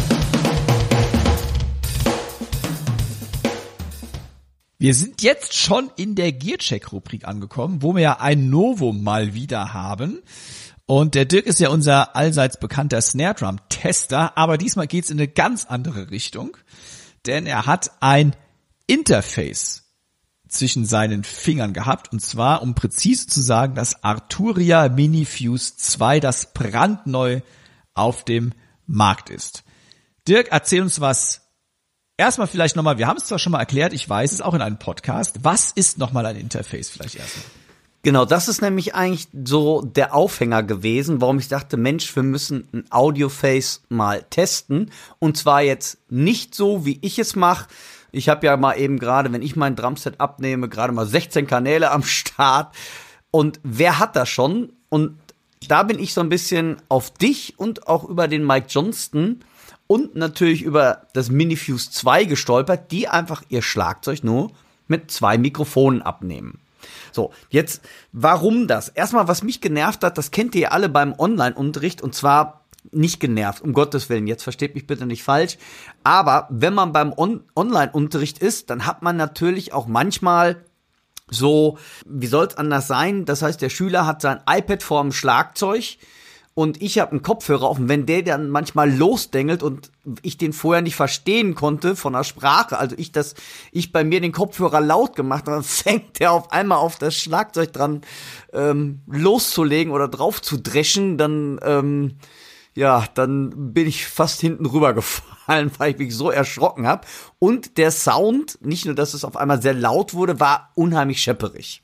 Wir sind jetzt schon in der Gearcheck-Rubrik angekommen, wo wir ja ein Novum mal wieder haben. Und der Dirk ist ja unser allseits bekannter Snare-Drum-Tester, aber diesmal geht's in eine ganz andere Richtung, denn er hat ein Interface zwischen seinen Fingern gehabt, und zwar, um präzise zu sagen, das Arturia Minifuse zwei, das brandneu auf dem Markt ist. Dirk, erzähl uns was. Erstmal vielleicht nochmal, wir haben es zwar schon mal erklärt, ich weiß es auch in einem Podcast. Was ist nochmal ein Interface vielleicht erstmal? Genau, das ist nämlich eigentlich so der Aufhänger gewesen, warum ich dachte, Mensch, wir müssen ein Audioface mal testen. Und zwar jetzt nicht so, wie ich es mache. Ich habe ja mal eben gerade, wenn ich mein Drumset abnehme, gerade mal sechzehn Kanäle am Start. Und wer hat das schon? Und da bin ich so ein bisschen auf dich und auch über den Mike Johnston und natürlich über das Minifuse zwei gestolpert, die einfach ihr Schlagzeug nur mit zwei Mikrofonen abnehmen. So, jetzt, warum das? Erstmal, was mich genervt hat, das kennt ihr alle beim Online-Unterricht, und zwar nicht genervt, um Gottes Willen, jetzt versteht mich bitte nicht falsch, aber wenn man beim On- Online-Unterricht ist, dann hat man natürlich auch manchmal so, wie soll es anders sein, das heißt, der Schüler hat sein iPad vorm Schlagzeug und ich habe einen Kopfhörer auf, und wenn der dann manchmal losdengelt und ich den vorher nicht verstehen konnte von der Sprache, also ich das, ich bei mir den Kopfhörer laut gemacht habe, dann fängt der auf einmal auf das Schlagzeug dran ähm, loszulegen oder drauf zu dreschen, dann ähm, ja, dann bin ich fast hinten rübergefallen, weil ich mich so erschrocken habe. Und der Sound, nicht nur, dass es auf einmal sehr laut wurde, war unheimlich schepperig.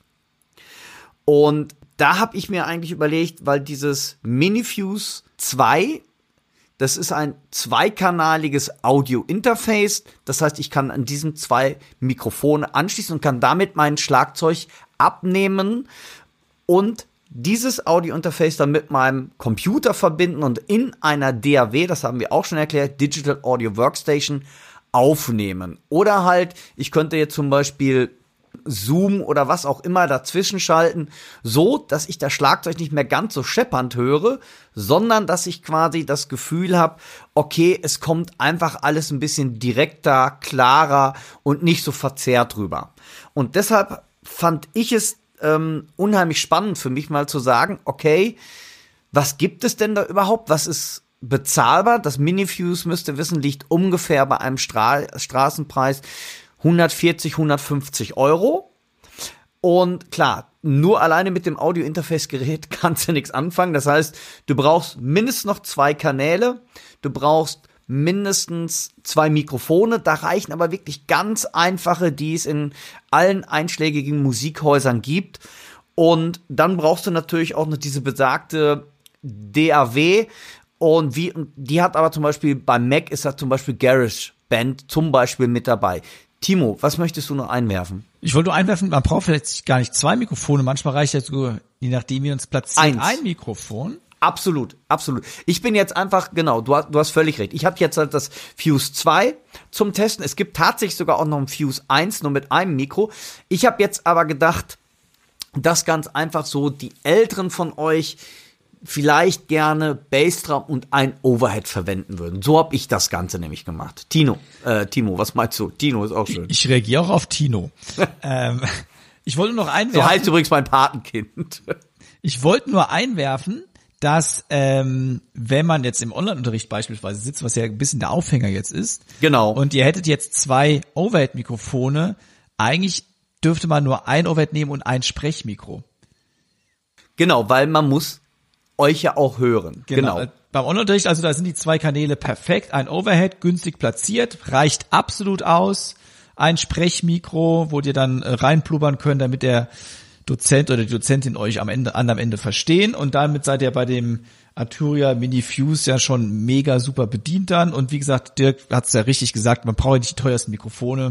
Und da habe ich mir eigentlich überlegt, weil dieses Minifuse zwei, das ist ein zweikanaliges Audio-Interface. Das heißt, ich kann an diesen zwei Mikrofone anschließen und kann damit mein Schlagzeug abnehmen und dieses Audio-Interface dann mit meinem Computer verbinden und in einer D A W, das haben wir auch schon erklärt, Digital Audio Workstation, aufnehmen. Oder halt, ich könnte jetzt zum Beispiel Zoom oder was auch immer dazwischen schalten, so, dass ich das Schlagzeug nicht mehr ganz so scheppernd höre, sondern dass ich quasi das Gefühl habe, okay, es kommt einfach alles ein bisschen direkter, klarer und nicht so verzerrt rüber. Und deshalb fand ich es ähm, unheimlich spannend für mich mal zu sagen, okay, was gibt es denn da überhaupt? Was ist bezahlbar? Das Minifuse, müsst ihr wissen, liegt ungefähr bei einem Stra- Straßenpreis hundertvierzig, hundertfünfzig Euro. Und klar, nur alleine mit dem Audio-Interface-Gerät kannst du nichts anfangen. Das heißt, du brauchst mindestens noch zwei Kanäle, du brauchst mindestens zwei Mikrofone. Da reichen aber wirklich ganz einfache, die es in allen einschlägigen Musikhäusern gibt. Und dann brauchst du natürlich auch noch diese besagte D A W. Und wie, die hat aber zum Beispiel, beim Mac ist da zum Beispiel GarageBand zum Beispiel mit dabei. Timo, was möchtest du noch einwerfen? Ich wollte nur einwerfen, man braucht vielleicht gar nicht zwei Mikrofone, manchmal reicht ja so, je nachdem wie uns platziert, ein Mikrofon. Absolut, absolut. Ich bin jetzt einfach, genau, du hast, du hast völlig recht. Ich habe jetzt halt das Fuse zwei zum Testen. Es gibt tatsächlich sogar auch noch ein Fuse eins, nur mit einem Mikro. Ich habe jetzt aber gedacht, dass ganz einfach so die Älteren von euch vielleicht gerne Bassdrum und ein Overhead verwenden würden. So habe ich das Ganze nämlich gemacht. Tino, äh, Timo, was meinst du? Tino ist auch schön. Ich reagiere auch auf Tino. ähm, ich wollte noch einwerfen. So heißt übrigens mein Patenkind. Ich wollte nur einwerfen, dass ähm, wenn man jetzt im Online-Unterricht beispielsweise sitzt, was ja ein bisschen der Aufhänger jetzt ist, genau, und ihr hättet jetzt zwei Overhead-Mikrofone, eigentlich dürfte man nur ein Overhead nehmen und ein Sprechmikro. Genau, weil man muss euch ja auch hören. Genau. genau. Beim Online-Unterricht, also da sind die zwei Kanäle perfekt, ein Overhead günstig platziert, reicht absolut aus, ein Sprechmikro, wo ihr dann äh, reinplubbern könnt, damit der Dozent oder die Dozentin euch am Ende, an am Ende verstehen. Und damit seid ihr bei dem Arturia Mini Fuse ja schon mega super bedient dann. Und wie gesagt, Dirk hat es ja richtig gesagt, man braucht ja nicht die teuersten Mikrofone.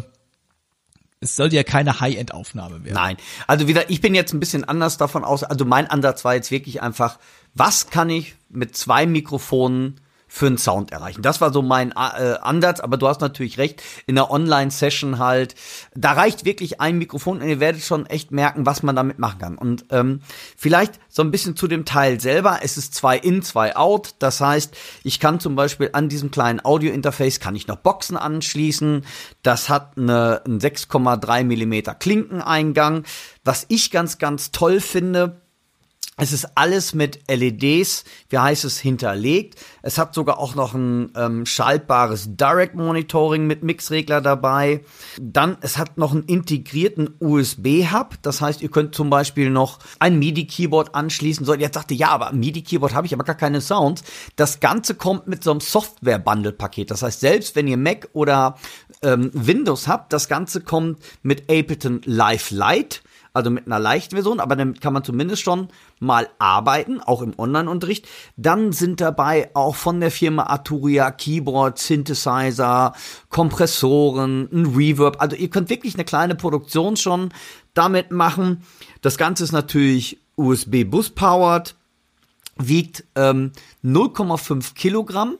Es sollte ja keine High-End-Aufnahme werden. Nein, also wieder, ich bin jetzt ein bisschen anders davon aus. Also mein Ansatz war jetzt wirklich einfach, was kann ich mit zwei Mikrofonen für einen Sound erreichen? Das war so mein äh, Ansatz, aber du hast natürlich recht, in der Online-Session halt, da reicht wirklich ein Mikrofon und ihr werdet schon echt merken, was man damit machen kann. Und ähm, vielleicht so ein bisschen zu dem Teil selber, es ist zwei in, zwei out, das heißt, ich kann zum Beispiel an diesem kleinen Audio-Interface, kann ich noch Boxen anschließen, das hat eine, einen sechs Komma drei Millimeter Klinkeneingang, was ich ganz, ganz toll finde. Es ist alles mit L E Ds, wie heißt es, hinterlegt. Es hat sogar auch noch ein ähm, schaltbares Direct Monitoring mit Mixregler dabei. Dann, es hat noch einen integrierten U S B-Hub. Das heißt, ihr könnt zum Beispiel noch ein MIDI-Keyboard anschließen. So, jetzt sagte, ja, aber ein MIDI-Keyboard habe ich aber gar keine Sounds. Das Ganze kommt mit so einem Software-Bundle-Paket. Das heißt, selbst wenn ihr Mac oder ähm, Windows habt, das Ganze kommt mit Ableton Live Lite. Also mit einer leichten Version, aber damit kann man zumindest schon mal arbeiten, auch im Online-Unterricht. Dann sind dabei auch von der Firma Arturia Keyboard, Synthesizer, Kompressoren, ein Reverb. Also ihr könnt wirklich eine kleine Produktion schon damit machen. Das Ganze ist natürlich U S B-Bus-powered, wiegt ähm, null Komma fünf Kilogramm.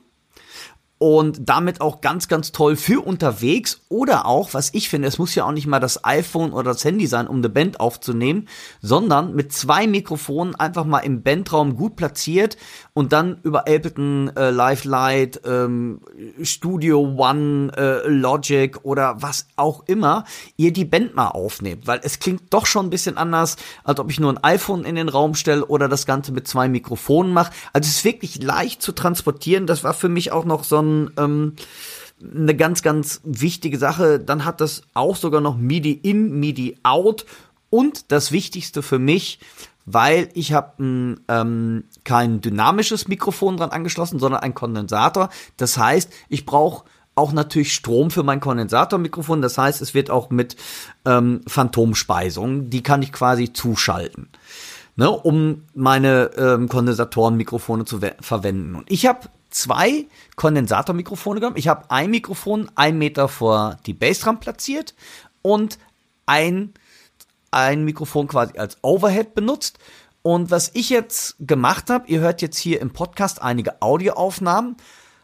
Und damit auch ganz, ganz toll für unterwegs oder auch, was ich finde, es muss ja auch nicht mal das iPhone oder das Handy sein, um eine Band aufzunehmen, sondern mit zwei Mikrofonen einfach mal im Bandraum gut platziert und dann über Ableton äh, Live Lite, ähm, Studio One, äh, Logic oder was auch immer, ihr die Band mal aufnehmt, weil es klingt doch schon ein bisschen anders, als ob ich nur ein iPhone in den Raum stelle oder das Ganze mit zwei Mikrofonen mache. Also es ist wirklich leicht zu transportieren, das war für mich auch noch so ein Ähm, eine ganz, ganz wichtige Sache. Dann hat das auch sogar noch MIDI in, MIDI out und das Wichtigste für mich, weil ich habe ähm, kein dynamisches Mikrofon dran angeschlossen, sondern ein Kondensator. Das heißt, ich brauche auch natürlich Strom für mein Kondensatormikrofon. Das heißt, es wird auch mit ähm, Phantomspeisung, die kann ich quasi zuschalten, ne, um meine ähm, Kondensatorenmikrofone zu verwenden. Und ich habe zwei Kondensatormikrofone genommen. Ich habe ein Mikrofon einen Meter vor die Bassdrum platziert und ein, ein Mikrofon quasi als Overhead benutzt. Und was ich jetzt gemacht habe, ihr hört jetzt hier im Podcast einige Audioaufnahmen,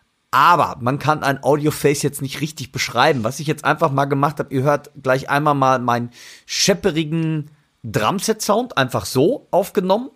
aber man kann ein Audioface jetzt nicht richtig beschreiben. Was ich jetzt einfach mal gemacht habe, ihr hört gleich einmal mal meinen schepperigen Drumset-Sound einfach so aufgenommen.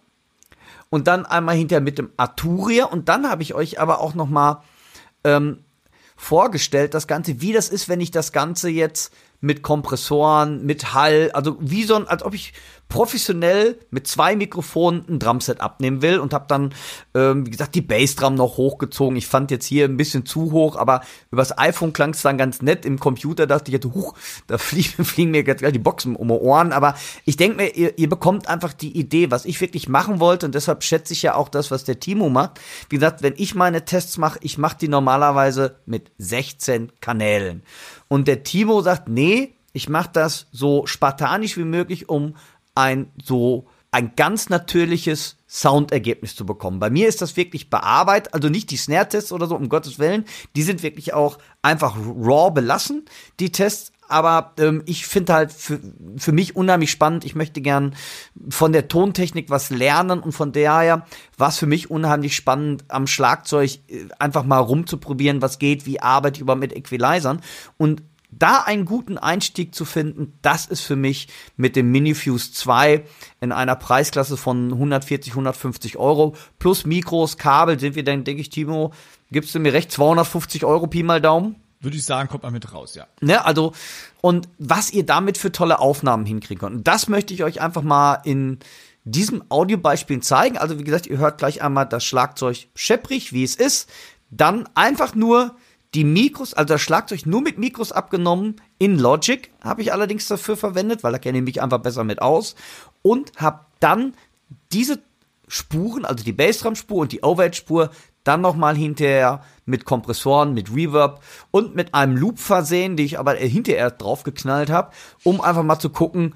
Und dann einmal hinterher mit dem Arturia. Und dann habe ich euch aber auch noch mal ähm, vorgestellt, das Ganze, wie das ist, wenn ich das Ganze jetzt mit Kompressoren, mit Hall, also wie so ein, als ob ich professionell mit zwei Mikrofonen ein Drumset abnehmen will und habe dann, ähm, wie gesagt, die Bassdrum noch hochgezogen. Ich fand jetzt hier ein bisschen zu hoch, aber übers iPhone klang es dann ganz nett. Im Computer dachte ich jetzt, huch, da fliegen, fliegen mir jetzt gleich die Boxen um die Ohren. Aber ich denke mir, ihr, ihr bekommt einfach die Idee, was ich wirklich machen wollte. Und deshalb schätze ich ja auch das, was der Timo macht. Wie gesagt, wenn ich meine Tests mache, ich mache die normalerweise mit sechzehn Kanälen. Und der Timo sagt, nee, ich mache das so spartanisch wie möglich, um ein so ein ganz natürliches Soundergebnis zu bekommen. Bei mir ist das wirklich bearbeitet, also nicht die Snare-Tests oder so, um Gottes Willen. Die sind wirklich auch einfach raw belassen, die Tests. Aber ähm, ich finde halt für, für mich unheimlich spannend. Ich möchte gern von der Tontechnik was lernen und von daher war es für mich unheimlich spannend, am Schlagzeug einfach mal rumzuprobieren, was geht, wie arbeite ich überhaupt mit Equalizern. Und da einen guten Einstieg zu finden, das ist für mich mit dem Minifuse zwei in einer Preisklasse von hundertvierzig, hundertfünfzig Euro plus Mikros, Kabel sind wir dann, denke ich, Timo, gibst du mir recht, zweihundertfünfzig Euro Pi mal Daumen? Würde ich sagen, kommt man mit raus, ja. Ne, also, und was ihr damit für tolle Aufnahmen hinkriegen könnt. Und das möchte ich euch einfach mal in diesem Audiobeispiel zeigen. Also, wie gesagt, ihr hört gleich einmal das Schlagzeug schepprig, wie es ist. Dann einfach nur die Mikros, also das Schlagzeug nur mit Mikros abgenommen. In Logic habe ich allerdings dafür verwendet, weil da kenne ich mich einfach besser mit aus. Und habe dann diese Spuren, also die Bassdrum-Spur und die Overhead-Spur, dann nochmal hinterher mit Kompressoren, mit Reverb und mit einem Loop versehen, die ich aber hinterher draufgeknallt habe, um einfach mal zu gucken,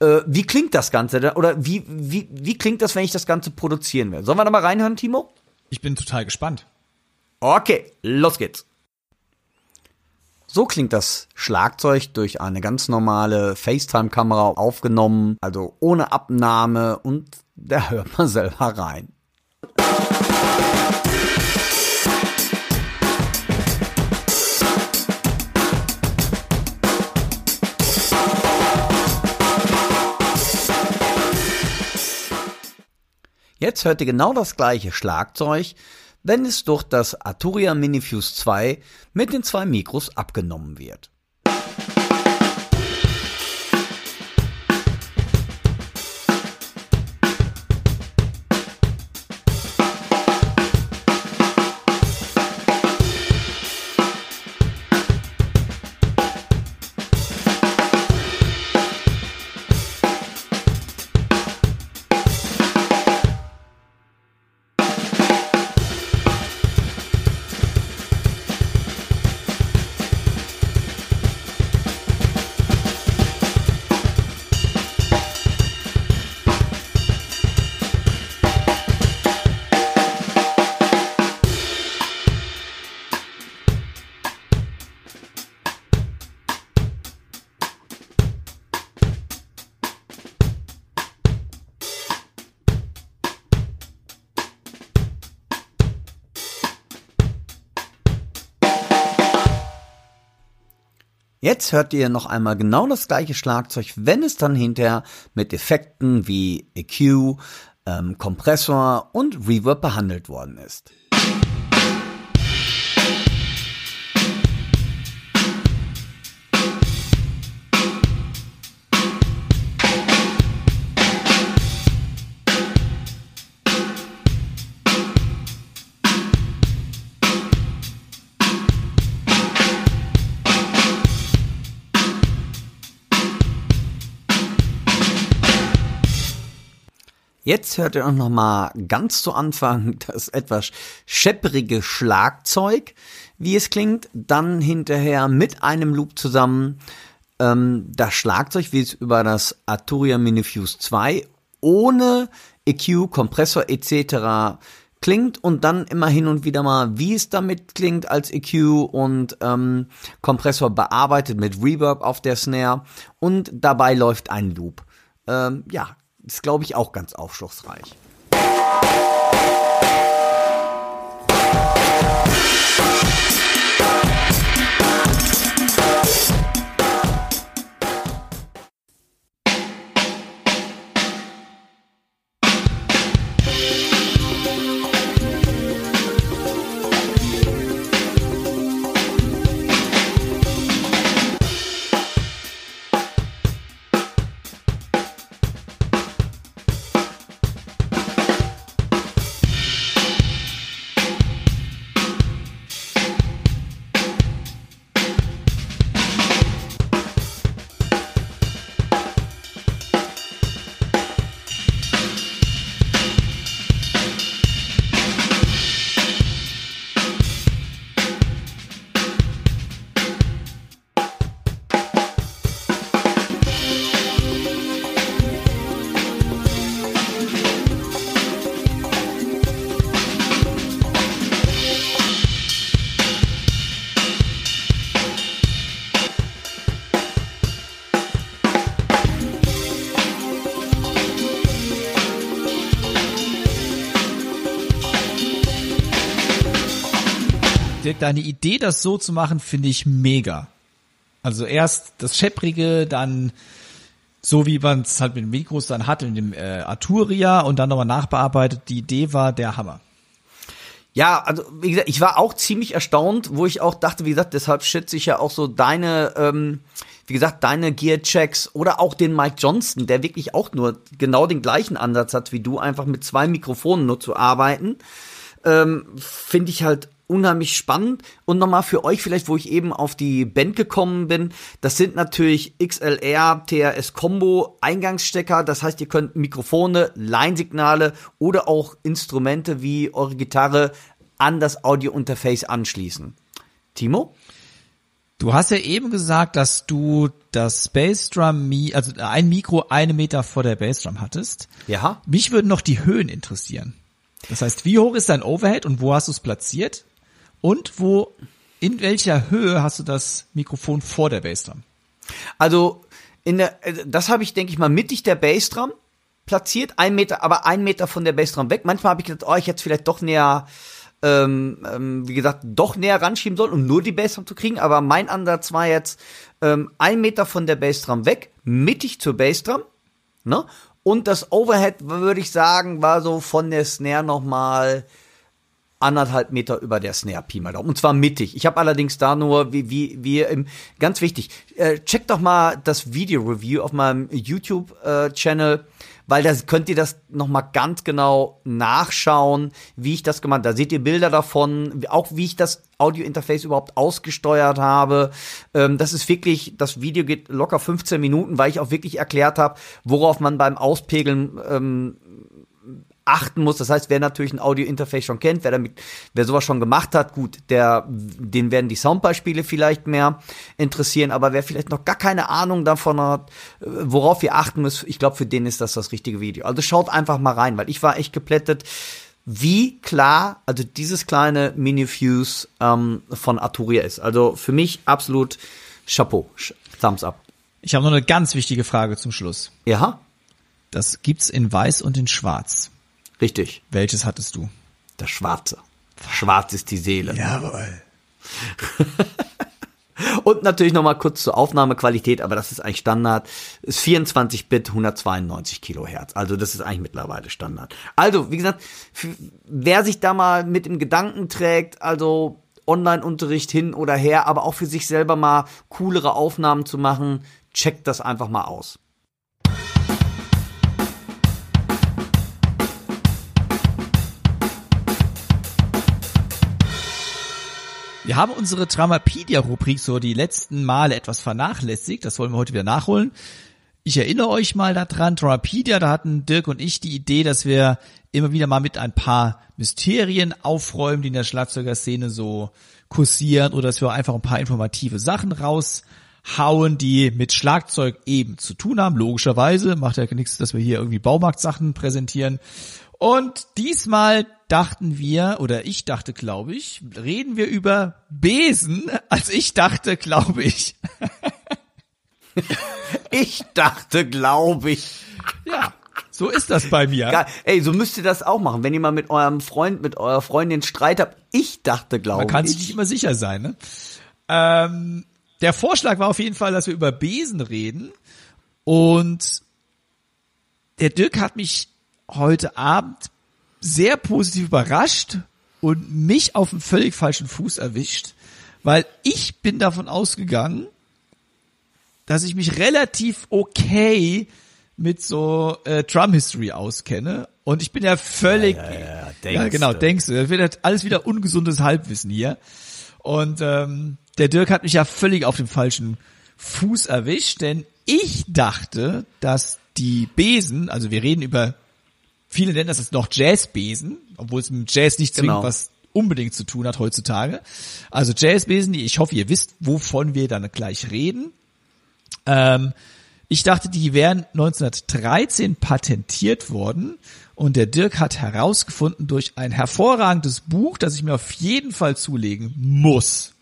Äh, wie klingt das Ganze? Oder wie, wie, wie klingt das, wenn ich das Ganze produzieren will? Sollen wir da mal reinhören, Timo? Ich bin total gespannt. Okay, los geht's. So klingt das Schlagzeug durch eine ganz normale FaceTime-Kamera aufgenommen, also ohne Abnahme, und da hört man selber rein. Jetzt hört ihr genau das gleiche Schlagzeug, wenn es durch das Arturia Minifuse zwei mit den zwei Mikros abgenommen wird. Jetzt hört ihr noch einmal genau das gleiche Schlagzeug, wenn es dann hinterher mit Effekten wie E Q, ähm, Kompressor und Reverb behandelt worden ist. Jetzt hört ihr auch noch mal ganz zu Anfang das etwas schepperige Schlagzeug, wie es klingt. Dann hinterher mit einem Loop zusammen ähm, das Schlagzeug, wie es über das Arturia Minifuse zwei ohne E Q, Kompressor et cetera klingt. Und dann immer hin und wieder mal, wie es damit klingt als E Q und ähm, Kompressor bearbeitet mit Reverb auf der Snare. Und dabei läuft ein Loop. Ähm, ja. Ist, glaube ich, auch ganz aufschlussreich. Dirk, deine Idee, das so zu machen, finde ich mega. Also erst das Schepprige, dann so wie man es halt mit den Mikros dann hat in dem äh, Arturia und dann nochmal nachbearbeitet. Die Idee war der Hammer. Ja, also wie gesagt, ich war auch ziemlich erstaunt, wo ich auch dachte, wie gesagt, deshalb schätze ich ja auch so deine, ähm, wie gesagt, deine Gearchecks oder auch den Mike Johnston, der wirklich auch nur genau den gleichen Ansatz hat wie du, einfach mit zwei Mikrofonen nur zu arbeiten, ähm, finde ich halt unheimlich spannend. Und nochmal für euch vielleicht, wo ich eben auf die Band gekommen bin, das sind natürlich X L R T R S Combo Eingangsstecker, das heißt, ihr könnt Mikrofone, Line-Signale oder auch Instrumente wie eure Gitarre an das Audio-Interface anschließen. Timo? Du hast ja eben gesagt, dass du das Bassdrum, also ein Mikro eine Meter vor der Bassdrum hattest. Ja. Mich würden noch die Höhen interessieren. Das heißt, wie hoch ist dein Overhead und wo hast du es platziert? Und wo, in welcher Höhe hast du das Mikrofon vor der Bassdrum? Also, in der, das habe ich, denke ich mal, mittig der Bassdrum platziert, ein Meter, aber ein Meter von der Bassdrum weg. Manchmal habe ich gedacht, oh, ich hätte es vielleicht doch näher, ähm, ähm, wie gesagt, doch näher ranschieben sollen, um nur die Bassdrum zu kriegen. Aber mein Ansatz war jetzt ähm, ein Meter von der Bassdrum weg, mittig zur Bassdrum, ne? Und das Overhead, würde ich sagen, war so von der Snare nochmal anderthalb Meter über der Snare, Pi mal Daumen. Und zwar mittig. Ich habe allerdings da nur, wie, wie, wie im, ganz wichtig, äh, checkt doch mal das Video-Review auf meinem YouTube-Channel, äh, weil da könnt ihr das noch mal ganz genau nachschauen, wie ich das gemacht habe. Da seht ihr Bilder davon, auch wie ich das Audio-Interface überhaupt ausgesteuert habe. Ähm, das ist wirklich, das Video geht locker fünfzehn Minuten, weil ich auch wirklich erklärt habe, worauf man beim Auspegeln ähm, achten muss. Das heißt, wer natürlich ein Audio-Interface schon kennt, wer damit, wer sowas schon gemacht hat, gut, der, den werden die Soundbeispiele vielleicht mehr interessieren, aber wer vielleicht noch gar keine Ahnung davon hat, worauf ihr achten müsst, ich glaube, für den ist das das richtige Video. Also schaut einfach mal rein, weil ich war echt geplättet, wie klar, also dieses kleine Mini-Fuse ähm, von Arturia ist. Also für mich absolut Chapeau, Thumbs up. Ich habe noch eine ganz wichtige Frage zum Schluss. Ja? Das gibt's in Weiß und in Schwarz. Richtig. Welches hattest du? Das Schwarze. Schwarz ist die Seele. Jawohl. Und natürlich noch mal kurz zur Aufnahmequalität, aber das ist eigentlich Standard. Ist vierundzwanzig Bit, hundertzweiundneunzig Kilohertz. Also das ist eigentlich mittlerweile Standard. Also, wie gesagt, für, wer sich da mal mit im Gedanken trägt, also Online-Unterricht hin oder her, aber auch für sich selber mal coolere Aufnahmen zu machen, checkt das einfach mal aus. Wir haben unsere Dramapedia-Rubrik so die letzten Male etwas vernachlässigt. Das wollen wir heute wieder nachholen. Ich erinnere euch mal daran, Dramapedia, da hatten Dirk und ich die Idee, dass wir immer wieder mal mit ein paar Mysterien aufräumen, die in der Schlagzeugerszene so kursieren, oder dass wir einfach ein paar informative Sachen raushauen, die mit Schlagzeug eben zu tun haben. Logischerweise macht ja nichts, dass wir hier irgendwie Baumarktsachen präsentieren. Und diesmal dachten wir, oder ich dachte, glaube ich, reden wir über Besen, als ich dachte, glaube ich. Ich dachte, glaube ich. Ja, so ist das bei mir. Geil. Ey, so müsst ihr das auch machen, wenn ihr mal mit eurem Freund, mit eurer Freundin Streit habt. Ich dachte, glaube ich. Man kann sich nicht immer sicher sein, ne? Ähm, der Vorschlag war auf jeden Fall, dass wir über Besen reden. Und der Dirk hat mich heute Abend sehr positiv überrascht und mich auf einen völlig falschen Fuß erwischt, weil ich bin davon ausgegangen, dass ich mich relativ okay mit so äh, Drum History auskenne, und ich bin ja völlig, ja, ja, ja, ja, ja genau, denkst du, das wird alles wieder ungesundes Halbwissen hier, und ähm, der Dirk hat mich ja völlig auf dem falschen Fuß erwischt, denn ich dachte, dass die Besen, also wir reden über, viele nennen das jetzt noch Jazzbesen, obwohl es mit Jazz nicht zwingend genau. was unbedingt zu tun hat heutzutage. Also Jazzbesen, die, ich hoffe, ihr wisst, wovon wir dann gleich reden. Ähm, ich dachte, die wären neunzehnhundertdreizehn patentiert worden, und der Dirk hat herausgefunden durch ein hervorragendes Buch, das ich mir auf jeden Fall zulegen muss,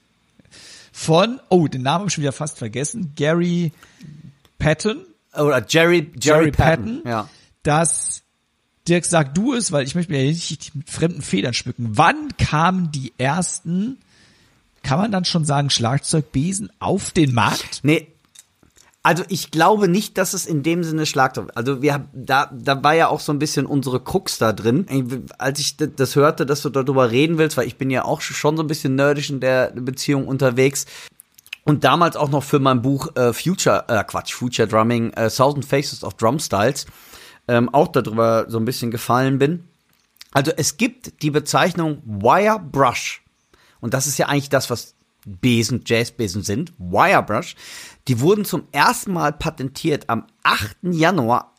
von, oh, den Namen habe ich schon wieder fast vergessen, Gary Patton. Oder Jerry, Jerry, Jerry Patton. Patton, Ja. dass Dirk, sag du es, weil ich möchte mir ja nicht mit fremden Federn schmücken. Wann kamen die ersten, kann man dann schon sagen, Schlagzeugbesen auf den Markt? Nee, also ich glaube nicht, dass es in dem Sinne Schlagzeug, also wir haben, da, da war ja auch so ein bisschen unsere Krux da drin. Als ich das hörte, dass du darüber reden willst, weil ich bin ja auch schon so ein bisschen nerdisch in der Beziehung unterwegs. Und damals auch noch für mein Buch äh, Future, äh, Quatsch, Future Drumming, äh, Thousand Faces of Drum Styles, ähm, auch darüber so ein bisschen gefallen bin. Also es gibt die Bezeichnung Wire Brush. Und das ist ja eigentlich das, was Besen, Jazzbesen sind. Wire Brush. Die wurden zum ersten Mal patentiert am achten Januar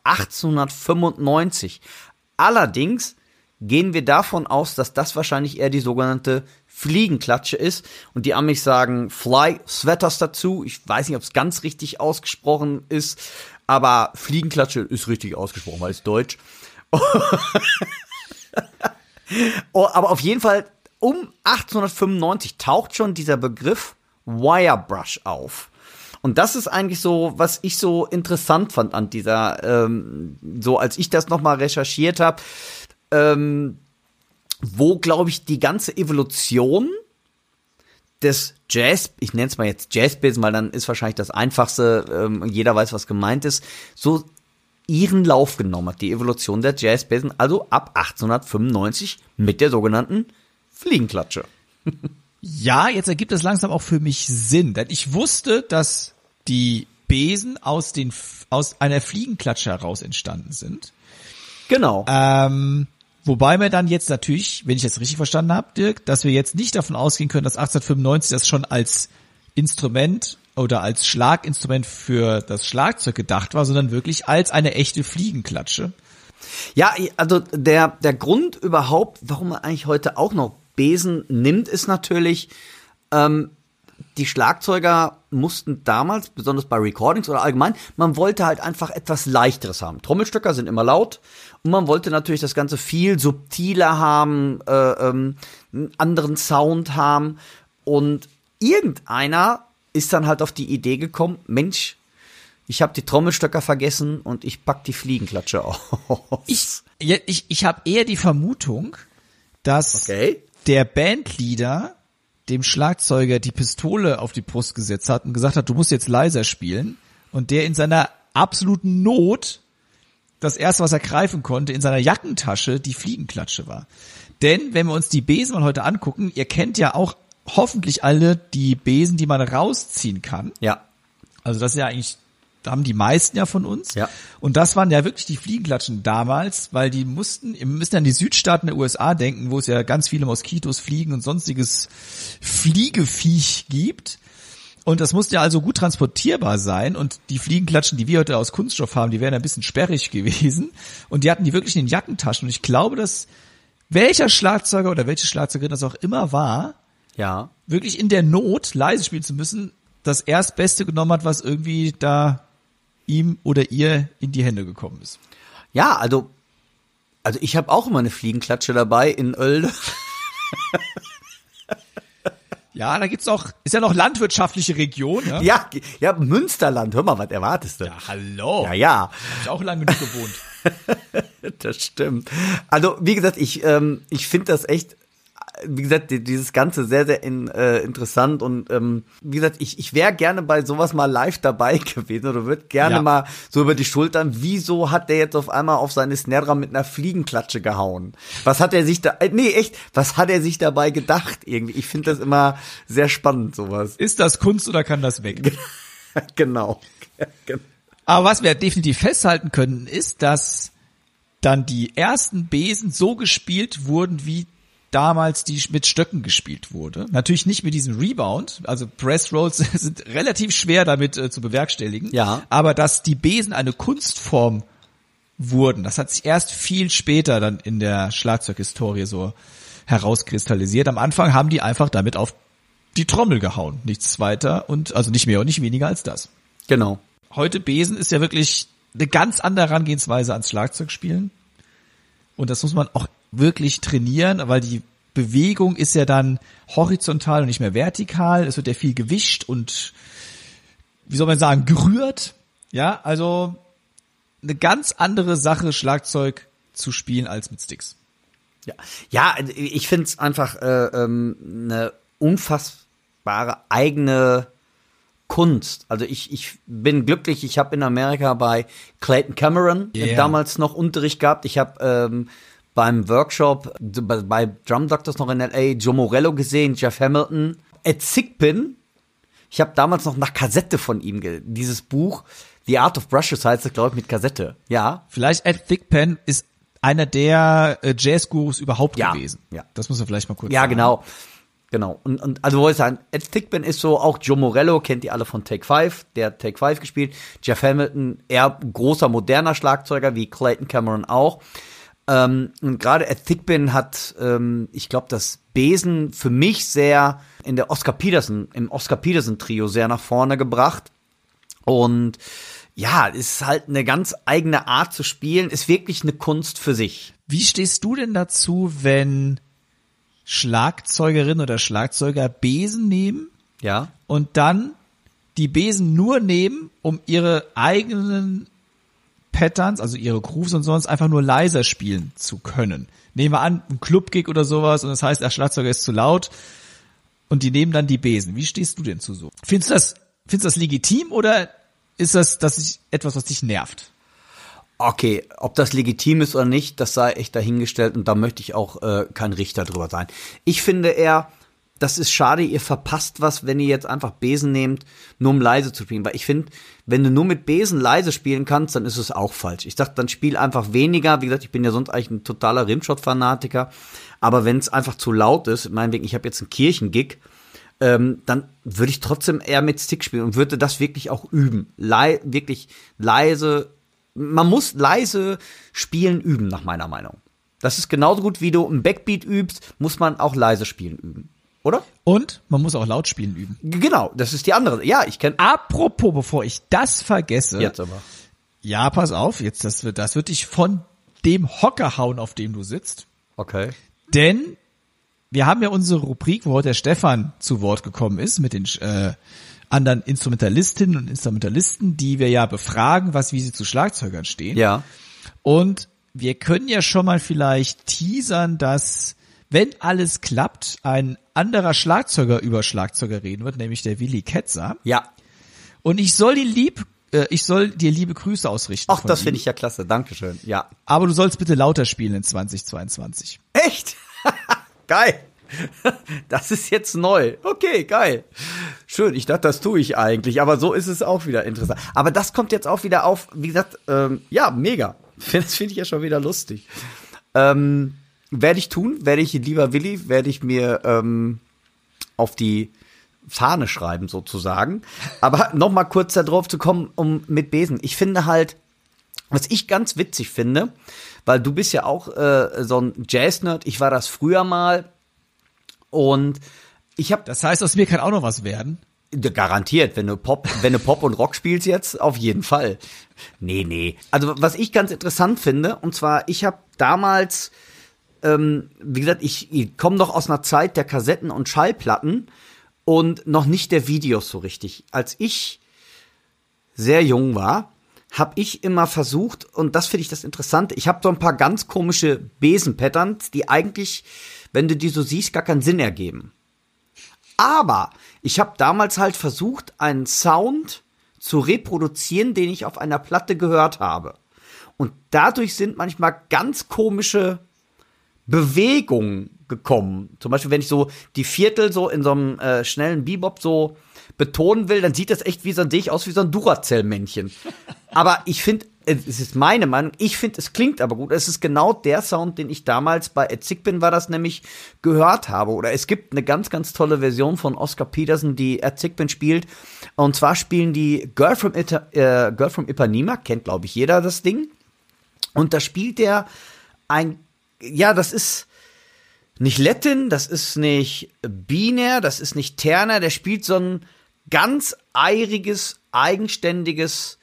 achtzehnhundertfünfundneunzig. Allerdings gehen wir davon aus, dass das wahrscheinlich eher die sogenannte Fliegenklatsche ist. Und die Amis sagen Fly Sweaters dazu. Ich weiß nicht, ob es ganz richtig ausgesprochen ist, aber Fliegenklatsche ist richtig ausgesprochen, weil es Deutsch. Oh, aber auf jeden Fall um achtzehnhundertfünfundneunzig taucht schon dieser Begriff Wirebrush auf. Und das ist eigentlich so, was ich so interessant fand an dieser, ähm, so als ich das nochmal recherchiert habe, ähm, wo, glaube ich, die ganze Evolution des Jazz, ich nenne es mal jetzt Jazzbesen, weil dann ist wahrscheinlich das Einfachste, ähm, jeder weiß, was gemeint ist, so ihren Lauf genommen hat, die Evolution der Jazzbesen, also ab achtzehnhundertfünfundneunzig mit der sogenannten Fliegenklatsche. Ja, jetzt ergibt es langsam auch für mich Sinn, denn ich wusste, dass die Besen aus den aus einer Fliegenklatsche heraus entstanden sind. Genau. Ähm, wobei wir dann jetzt natürlich, wenn ich das richtig verstanden habe, Dirk, dass wir jetzt nicht davon ausgehen können, dass achtzehnhundertfünfundneunzig das schon als Instrument oder als Schlaginstrument für das Schlagzeug gedacht war, sondern wirklich als eine echte Fliegenklatsche. Ja, also der der Grund überhaupt, warum man eigentlich heute auch noch Besen nimmt, ist natürlich, ähm, die Schlagzeuger mussten damals, besonders bei Recordings oder allgemein, man wollte halt einfach etwas Leichteres haben. Trommelstöcker sind immer laut und man wollte natürlich das Ganze viel subtiler haben, äh, ähm, einen anderen Sound haben und irgendeiner ist dann halt auf die Idee gekommen, Mensch, ich habe die Trommelstöcker vergessen und ich pack die Fliegenklatsche aus. Ich, ja, ich, ich habe eher die Vermutung, dass Okay. der Bandleader dem Schlagzeuger die Pistole auf die Brust gesetzt hat und gesagt hat, du musst jetzt leiser spielen. Und der in seiner absoluten Not das erste, was er greifen konnte, in seiner Jackentasche die Fliegenklatsche war. Denn wenn wir uns die Besen mal heute angucken, ihr kennt ja auch hoffentlich alle die Besen, die man rausziehen kann. Ja. Also das ist ja eigentlich, da haben die meisten ja von uns. Ja. Und das waren ja wirklich die Fliegenklatschen damals, weil die mussten, wir müssen an die Südstaaten der U S A denken, wo es ja ganz viele Moskitos, Fliegen und sonstiges Fliegeviech gibt. Und das musste ja also gut transportierbar sein. Und die Fliegenklatschen, die wir heute aus Kunststoff haben, die wären ein bisschen sperrig gewesen. Und die hatten die wirklich in den Jackentaschen. Und ich glaube, dass welcher Schlagzeuger oder welche Schlagzeugerin das auch immer war, Ja. wirklich in der Not, leise spielen zu müssen, das Erstbeste genommen hat, was irgendwie da ihm oder ihr in die Hände gekommen ist. Ja, also, also ich habe auch immer eine Fliegenklatsche dabei in Oelde. Ja, da gibt's auch, ist ja noch landwirtschaftliche Region, ne? Ja, ja, Münsterland, hör mal, was erwartest du? Ja, hallo. Ja, ja. Hab ich auch lange genug gewohnt. Das stimmt. Also, wie gesagt, ich, ähm, ich finde das echt, wie gesagt, dieses Ganze sehr, sehr in, äh, interessant und ähm, wie gesagt, ich, ich wäre gerne bei sowas mal live dabei gewesen oder würde gerne Ja. mal so über die Schultern, wieso hat der jetzt auf einmal auf seine Snare Drum mit einer Fliegenklatsche gehauen? Was hat er sich da, äh, nee, echt, was hat er sich dabei gedacht irgendwie? Ich finde das immer sehr spannend, sowas. Ist das Kunst oder kann das weg? Genau. Aber was wir definitiv festhalten können, ist, dass dann die ersten Besen so gespielt wurden, wie damals die mit Stöcken gespielt wurde. Natürlich nicht mit diesem Rebound, also Press Rolls sind relativ schwer damit äh, zu bewerkstelligen. Ja. Aber dass die Besen eine Kunstform wurden, das hat sich erst viel später dann in der Schlagzeughistorie so herauskristallisiert. Am Anfang haben die einfach damit auf die Trommel gehauen, nichts weiter und also nicht mehr und nicht weniger als das. Genau. Heute Besen ist ja wirklich eine ganz andere Herangehensweise ans Schlagzeugspielen. Und das muss man auch wirklich trainieren, weil die Bewegung ist ja dann horizontal und nicht mehr vertikal. Es wird ja viel gewischt und, wie soll man sagen, gerührt. Ja, also eine ganz andere Sache, Schlagzeug zu spielen als mit Sticks. Ja, ja, ich finde es einfach äh, ähm, eine unfassbare eigene Kunst. Also ich ich bin glücklich, ich habe in Amerika bei Clayton Cameron Yeah. damals noch Unterricht gehabt. Ich habe ähm, beim Workshop bei, bei Drum Doctors noch in L A Joe Morello gesehen, Jeff Hamilton, Ed Thigpen. Ich habe damals noch nach Kassette von ihm, ge- dieses Buch The Art of Brushes heißt es, glaube ich, mit Kassette. Ja. Vielleicht Ed Thigpen ist einer der äh, Jazz-Gurus überhaupt Ja, gewesen. ja. Das muss man vielleicht mal kurz Ja, sagen. genau. Genau. Und, und also wollte ich sagen, Ed Thigpen ist so, auch Joe Morello, kennt ihr alle von Take Five, der hat Take Five gespielt. Jeff Hamilton, eher großer, moderner Schlagzeuger, wie Clayton Cameron auch. Ähm, und gerade Ed Thigpen hat, ähm, ich glaube, das Besen für mich sehr in der Oscar Peterson, im Oscar Peterson Trio sehr nach vorne gebracht. Und ja, ist halt eine ganz eigene Art zu spielen, ist wirklich eine Kunst für sich. Wie stehst du denn dazu, wenn Schlagzeugerin oder Schlagzeuger Besen nehmen Ja. und dann die Besen nur nehmen, um ihre eigenen Patterns, also ihre Grooves und sonst einfach nur leiser spielen zu können? Nehmen wir an, ein Club-Gig oder sowas und das heißt, der Schlagzeuger ist zu laut und die nehmen dann die Besen. Wie stehst du denn zu so? Findest du das, findest du das legitim oder ist das, das ist etwas, was dich nervt? Okay, ob das legitim ist oder nicht, das sei echt dahingestellt und da möchte ich auch äh, kein Richter drüber sein. Ich finde eher, das ist schade, ihr verpasst was, wenn ihr jetzt einfach Besen nehmt, nur um leise zu spielen. Weil ich finde, wenn du nur mit Besen leise spielen kannst, dann ist es auch falsch. Ich sag, dann spiel einfach weniger. Wie gesagt, ich bin ja sonst eigentlich ein totaler Rimshot-Fanatiker. Aber wenn es einfach zu laut ist, meinetwegen, ich habe jetzt einen Kirchengig, ähm, dann würde ich trotzdem eher mit Stick spielen und würde das wirklich auch üben. Le- wirklich leise. Man muss leise spielen üben, nach meiner Meinung. Das ist genauso gut, wie du ein Backbeat übst, muss man auch leise spielen üben. Oder? Und man muss auch laut spielen üben. Genau, das ist die andere. Ja, ich kenne. Apropos, bevor ich das vergesse. Jetzt aber. Ja, pass auf, jetzt das wird, das wird dich von dem Hocker hauen, auf dem du sitzt. Okay. Denn wir haben ja unsere Rubrik, wo heute der Stefan zu Wort gekommen ist, mit den äh, anderen Instrumentalistinnen und Instrumentalisten, die wir ja befragen, was wie sie zu Schlagzeugern stehen. Ja. Und wir können ja schon mal vielleicht teasern, dass, wenn alles klappt, ein anderer Schlagzeuger über Schlagzeuger reden wird, nämlich der Willi Ketzer. Ja. Und ich soll dir lieb, äh, ich soll dir liebe Grüße ausrichten. Ach, von das ihm. finde ich ja klasse. Dankeschön. Ja. Aber du sollst bitte lauter spielen in zweitausendzweiundzwanzig. Echt? Geil. Das ist jetzt neu. Okay, geil. Schön, ich dachte, das tue ich eigentlich, aber so ist es auch wieder interessant. Aber das kommt jetzt auch wieder auf, wie gesagt, ähm, ja, mega. Das finde ich ja schon wieder lustig. Ähm, werde ich tun, werde ich, lieber Willi, werde ich mir ähm, auf die Fahne schreiben sozusagen. Aber noch mal kurz darauf zu kommen, um mit Besen. Ich finde halt, was ich ganz witzig finde, weil du bist ja auch äh, so ein Jazz-Nerd, ich war das früher mal und ich habe Das heißt, aus mir kann auch noch was werden. garantiert, wenn du Pop, wenn du Pop und Rock spielst jetzt, auf jeden Fall. Nee, nee. Also was ich ganz interessant finde, und zwar, ich habe damals, ähm, wie gesagt, ich, ich komme noch aus einer Zeit der Kassetten und Schallplatten und noch nicht der Videos so richtig. Als ich sehr jung war, habe ich immer versucht, und das finde ich das Interessante, ich habe so ein paar ganz komische Besen-Patterns, die eigentlich, wenn du die so siehst, gar keinen Sinn ergeben. Aber ich habe damals halt versucht, einen Sound zu reproduzieren, den ich auf einer Platte gehört habe. Und dadurch sind manchmal ganz komische Bewegungen gekommen. Zum Beispiel, wenn ich so die Viertel so in so einem äh, schnellen Bebop so betonen will, dann sieht das echt wie so, sehe ich aus wie so ein Duracell-Männchen. Aber ich finde, es ist meine Meinung, ich finde, es klingt aber gut. Es ist genau der Sound, den ich damals bei Ed Thigpen war das nämlich gehört habe. Oder es gibt eine ganz, ganz tolle Version von Oscar Peterson, die Ed Thigpen spielt. Und zwar spielen die Girl from, Ita- äh, Girl from Ipanema, kennt glaube ich jeder das Ding. Und da spielt der ein, ja, das ist nicht Latin, das ist nicht binär, das ist nicht terner, der spielt so ein ganz eiriges, eigenständiges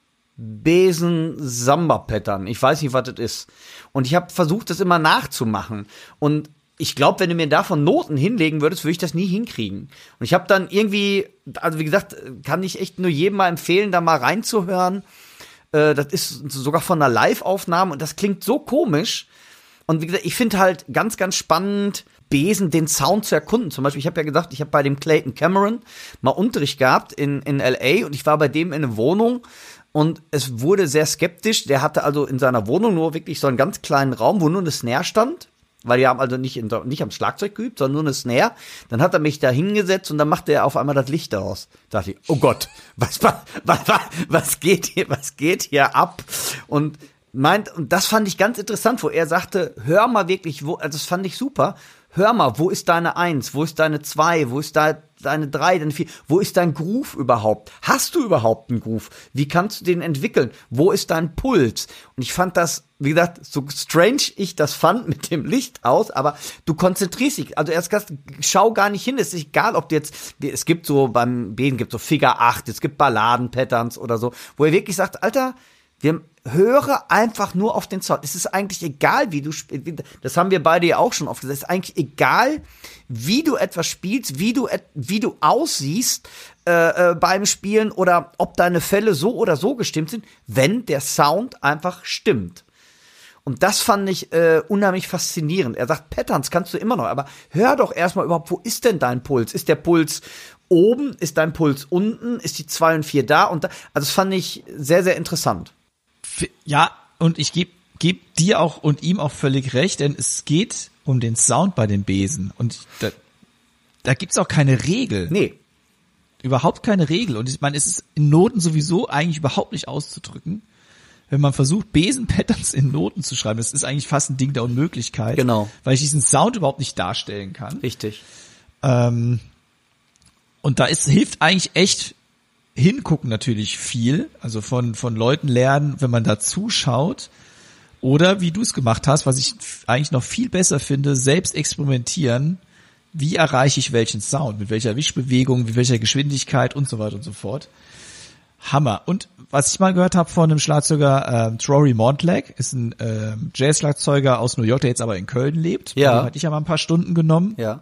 Besen-Samba-Pattern. Ich weiß nicht, was das ist. Und ich habe versucht, das immer nachzumachen. Und ich glaube, wenn du mir davon Noten hinlegen würdest, würde ich das nie hinkriegen. Und ich habe dann irgendwie, also wie gesagt, kann ich echt nur jedem mal empfehlen, da mal reinzuhören. Äh, das ist sogar von einer Live-Aufnahme und das klingt so komisch. Und wie gesagt, ich finde halt ganz, ganz spannend, Besen den Sound zu erkunden. Zum Beispiel, ich habe ja gesagt, ich habe bei dem Clayton Cameron mal Unterricht gehabt in, in L A und ich war bei dem in einer Wohnung und es wurde sehr skeptisch. Der hatte also in seiner Wohnung nur wirklich so einen ganz kleinen Raum, wo nur eine Snare stand, weil die haben also nicht, in, nicht am Schlagzeug geübt, sondern nur eine Snare. Dann hat er mich da hingesetzt und dann machte er auf einmal das Licht aus. Da dachte ich, oh Gott, was, was, was, was geht hier, was geht hier ab? Und meint, und das fand ich ganz interessant, wo er sagte, hör mal wirklich, wo, also das fand ich super, hör mal, wo ist deine Eins, wo ist deine Zwei, wo ist da deine drei, deine vier? Wo ist dein Groove überhaupt? Hast du überhaupt einen Groove? Wie kannst du den entwickeln? Wo ist dein Puls? Und ich fand das, wie gesagt, so strange ich das fand mit dem Licht aus, aber du konzentrierst dich, also erst schau gar nicht hin, es ist egal, ob du jetzt, es gibt so, beim Besen gibt so Figure acht, es gibt Balladen-Patterns oder so, wo er wirklich sagt, Alter, wir höre einfach nur auf den Sound. Es ist eigentlich egal, wie du spielst. Das haben wir beide ja auch schon oft gesagt. Es ist eigentlich egal, wie du etwas spielst, wie du, wie du aussiehst äh, äh, beim Spielen oder ob deine Fälle so oder so gestimmt sind, wenn der Sound einfach stimmt. Und das fand ich äh, unheimlich faszinierend. Er sagt, Patterns kannst du immer noch, aber hör doch erstmal überhaupt, wo ist denn dein Puls? Ist der Puls oben? Ist dein Puls unten? Ist die zwei und vier da? Und da? Also das fand ich sehr, sehr interessant. Ja, und ich gebe geb dir auch und ihm auch völlig recht, denn es geht um den Sound bei den Besen. Und da, da gibt's auch keine Regel. Nee. Überhaupt keine Regel. Und ich meine, es ist in Noten sowieso eigentlich überhaupt nicht auszudrücken. Wenn man versucht, Besen-Patterns in Noten zu schreiben, das ist eigentlich fast ein Ding der Unmöglichkeit. Genau. Weil ich diesen Sound überhaupt nicht darstellen kann. Richtig. Ähm, und da ist, hilft eigentlich echt hingucken natürlich viel, also von von Leuten lernen, wenn man da zuschaut, oder wie du es gemacht hast, was ich eigentlich noch viel besser finde, selbst experimentieren, wie erreiche ich welchen Sound, mit welcher Wischbewegung, mit welcher Geschwindigkeit und so weiter und so fort. Hammer. Und was ich mal gehört habe von einem Schlagzeuger, äh, Troy Montlag, ist ein äh, Jazz-Schlagzeuger aus New York, der jetzt aber in Köln lebt. Ja. Den hatte ich ja mal ein paar Stunden genommen. Ja.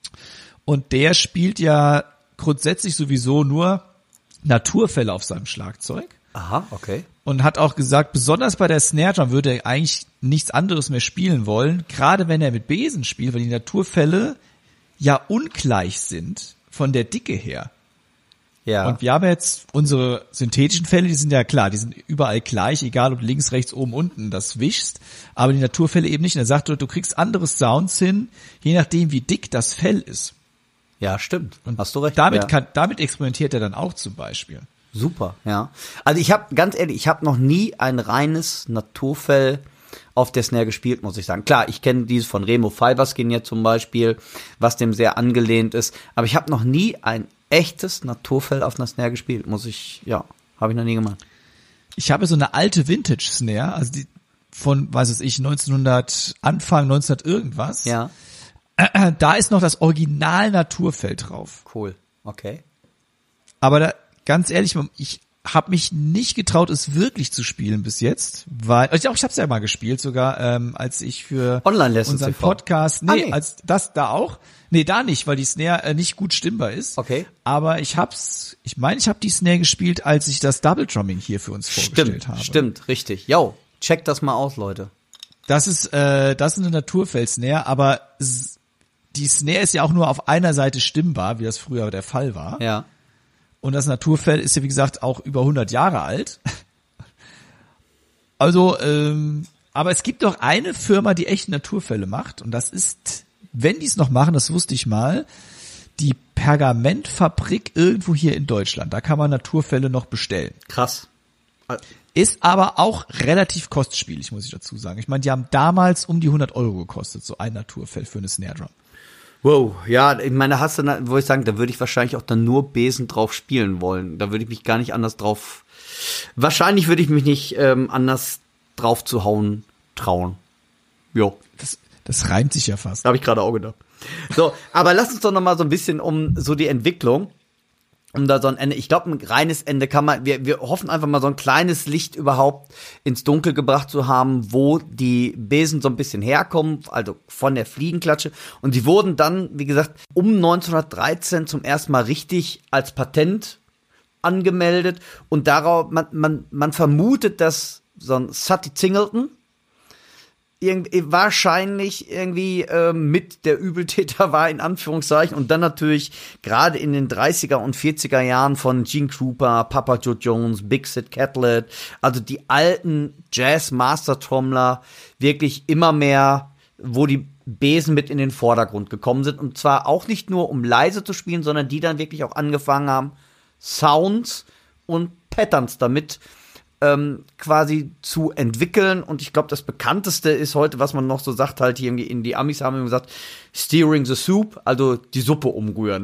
Und der spielt ja grundsätzlich sowieso nur Naturfälle auf seinem Schlagzeug. Aha, okay. Und hat auch gesagt, besonders bei der Snare Drum würde er eigentlich nichts anderes mehr spielen wollen, gerade wenn er mit Besen spielt, weil die Naturfälle ja ungleich sind von der Dicke her. Ja. Und wir haben jetzt unsere synthetischen Fälle, die sind ja klar, die sind überall gleich, egal ob du links, rechts, oben, unten das wischst, aber die Naturfälle eben nicht. Und er sagt, du kriegst andere Sounds hin, je nachdem wie dick das Fell ist. Ja, stimmt. Und hast du recht. Damit ja. kann, damit experimentiert er dann auch zum Beispiel. Super, ja. Also ich habe, ganz ehrlich, ich habe noch nie ein reines Naturfell auf der Snare gespielt, muss ich sagen. Klar, ich kenne dieses von Remo Fiberskin jetzt zum Beispiel, was dem sehr angelehnt ist, aber ich habe noch nie ein echtes Naturfell auf einer Snare gespielt, muss ich, ja, habe ich noch nie gemacht. Ich habe so eine alte Vintage-Snare, also die von, weiß es ich, neunzehnhundert, Anfang neunzehnhundert irgendwas. Ja. Da ist noch das Original Naturfell drauf. Cool, okay. Aber da, ganz ehrlich, ich habe mich nicht getraut, es wirklich zu spielen bis jetzt, weil ich auch, ich habe es ja mal gespielt sogar, ähm, als ich für Online-Lessons unseren T V. Podcast, nee, Ah, nee, als das da auch, nee, da nicht, weil die Snare äh, nicht gut stimmbar ist. Okay. Aber ich hab's, ich meine, ich habe die Snare gespielt, als ich das Double Drumming hier für uns vorgestellt Stimmt, habe. stimmt, richtig. Yo, check das mal aus, Leute. Das ist, äh, das ist eine Naturfell-Snare, aber s- die Snare ist ja auch nur auf einer Seite stimmbar, wie das früher der Fall war. Ja. Und das Naturfell ist ja, wie gesagt, auch über hundert Jahre alt. Also, ähm, aber es gibt doch eine Firma, die echt Naturfälle macht. Und das ist, wenn die es noch machen, das wusste ich mal, die Pergamentfabrik irgendwo hier in Deutschland. Da kann man Naturfälle noch bestellen. Krass. Ist aber auch relativ kostspielig, muss ich dazu sagen. Ich meine, die haben damals um die hundert Euro gekostet, so ein Naturfell für eine Snare Drum. Wow, ja, ich meine, hast du, wo ich sagen, da würde ich wahrscheinlich auch dann nur Besen drauf spielen wollen. Da würde ich mich gar nicht anders drauf, wahrscheinlich würde ich mich nicht ähm, anders drauf zu hauen trauen. Jo, Das, das reimt sich ja fast. habe ich gerade auch gedacht. So, aber lass uns doch noch mal so ein bisschen um so die Entwicklung, um da so ein Ende, ich glaube, ein reines Ende kann man, wir, wir hoffen einfach mal so ein kleines Licht überhaupt ins Dunkel gebracht zu haben, wo die Besen so ein bisschen herkommen, also von der Fliegenklatsche. Und die wurden dann, wie gesagt, um neunzehnhundertdreizehn zum ersten Mal richtig als Patent angemeldet. Und darauf, man, man, man vermutet, dass so ein Sutty Singleton irgendwie wahrscheinlich irgendwie äh, mit der Übeltäter war, in Anführungszeichen, und dann natürlich gerade in den dreißiger und vierziger Jahren von Gene Krupa, Papa Joe Jones, Big Sid Catlett, also die alten Jazz-Master-Trommler wirklich immer mehr, wo die Besen mit in den Vordergrund gekommen sind, und zwar auch nicht nur, um leise zu spielen, sondern die dann wirklich auch angefangen haben, Sounds und Patterns damit Ähm, quasi zu entwickeln. Und ich glaube, das bekannteste ist heute, was man noch so sagt, halt hier in die Amis haben immer gesagt, steering the soup, also die Suppe umrühren.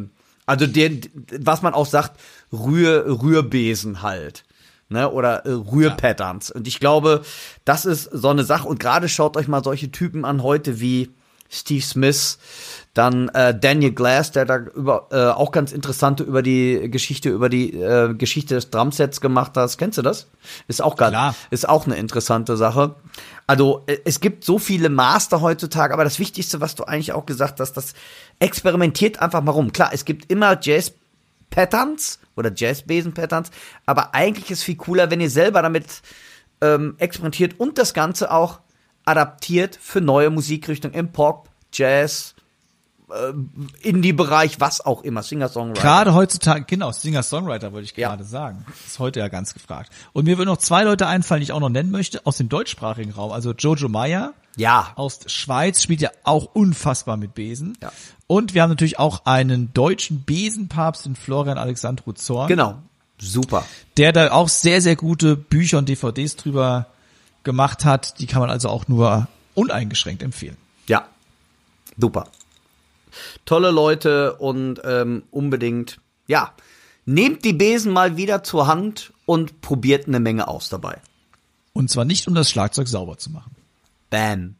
Also den, was man auch sagt, Rühr, Rührbesen halt. Ne, oder äh, Rührpatterns. Und ich glaube, das ist so eine Sache. Und gerade schaut euch mal solche Typen an heute wie Steve Smith, dann äh, Daniel Glass, der da über äh, auch ganz interessante über die Geschichte, über die äh, Geschichte des Drumsets gemacht hat. Kennst du das? Ist auch geil. Klar. Ist auch eine interessante Sache. Also äh, es gibt so viele Master heutzutage, aber das Wichtigste, was du eigentlich auch gesagt hast, das experimentiert einfach mal rum. Klar, es gibt immer Jazz Patterns oder Jazz-Besen-Patterns, aber eigentlich ist viel cooler, wenn ihr selber damit ähm, experimentiert und das Ganze auch adaptiert für neue Musikrichtungen im Pop, Jazz, äh, Indie-Bereich, was auch immer, Singer-Songwriter. Gerade heutzutage, genau, Singer-Songwriter wollte ich gerade Ja. sagen. Ist heute ja ganz gefragt. Und mir würden noch zwei Leute einfallen, die ich auch noch nennen möchte, aus dem deutschsprachigen Raum. Also Jojo Meyer Ja, aus der Schweiz spielt ja auch unfassbar mit Besen. Ja. Und wir haben natürlich auch einen deutschen Besenpapst, den Florian Alexandru Zorn. genau. Super. Der da auch sehr, sehr gute Bücher und D V Ds drüber gemacht hat. Die kann man also auch nur uneingeschränkt empfehlen. Ja, super. Tolle Leute und ähm, unbedingt, ja, nehmt die Besen mal wieder zur Hand und probiert eine Menge aus dabei. Und zwar nicht, um das Schlagzeug sauber zu machen. Bam.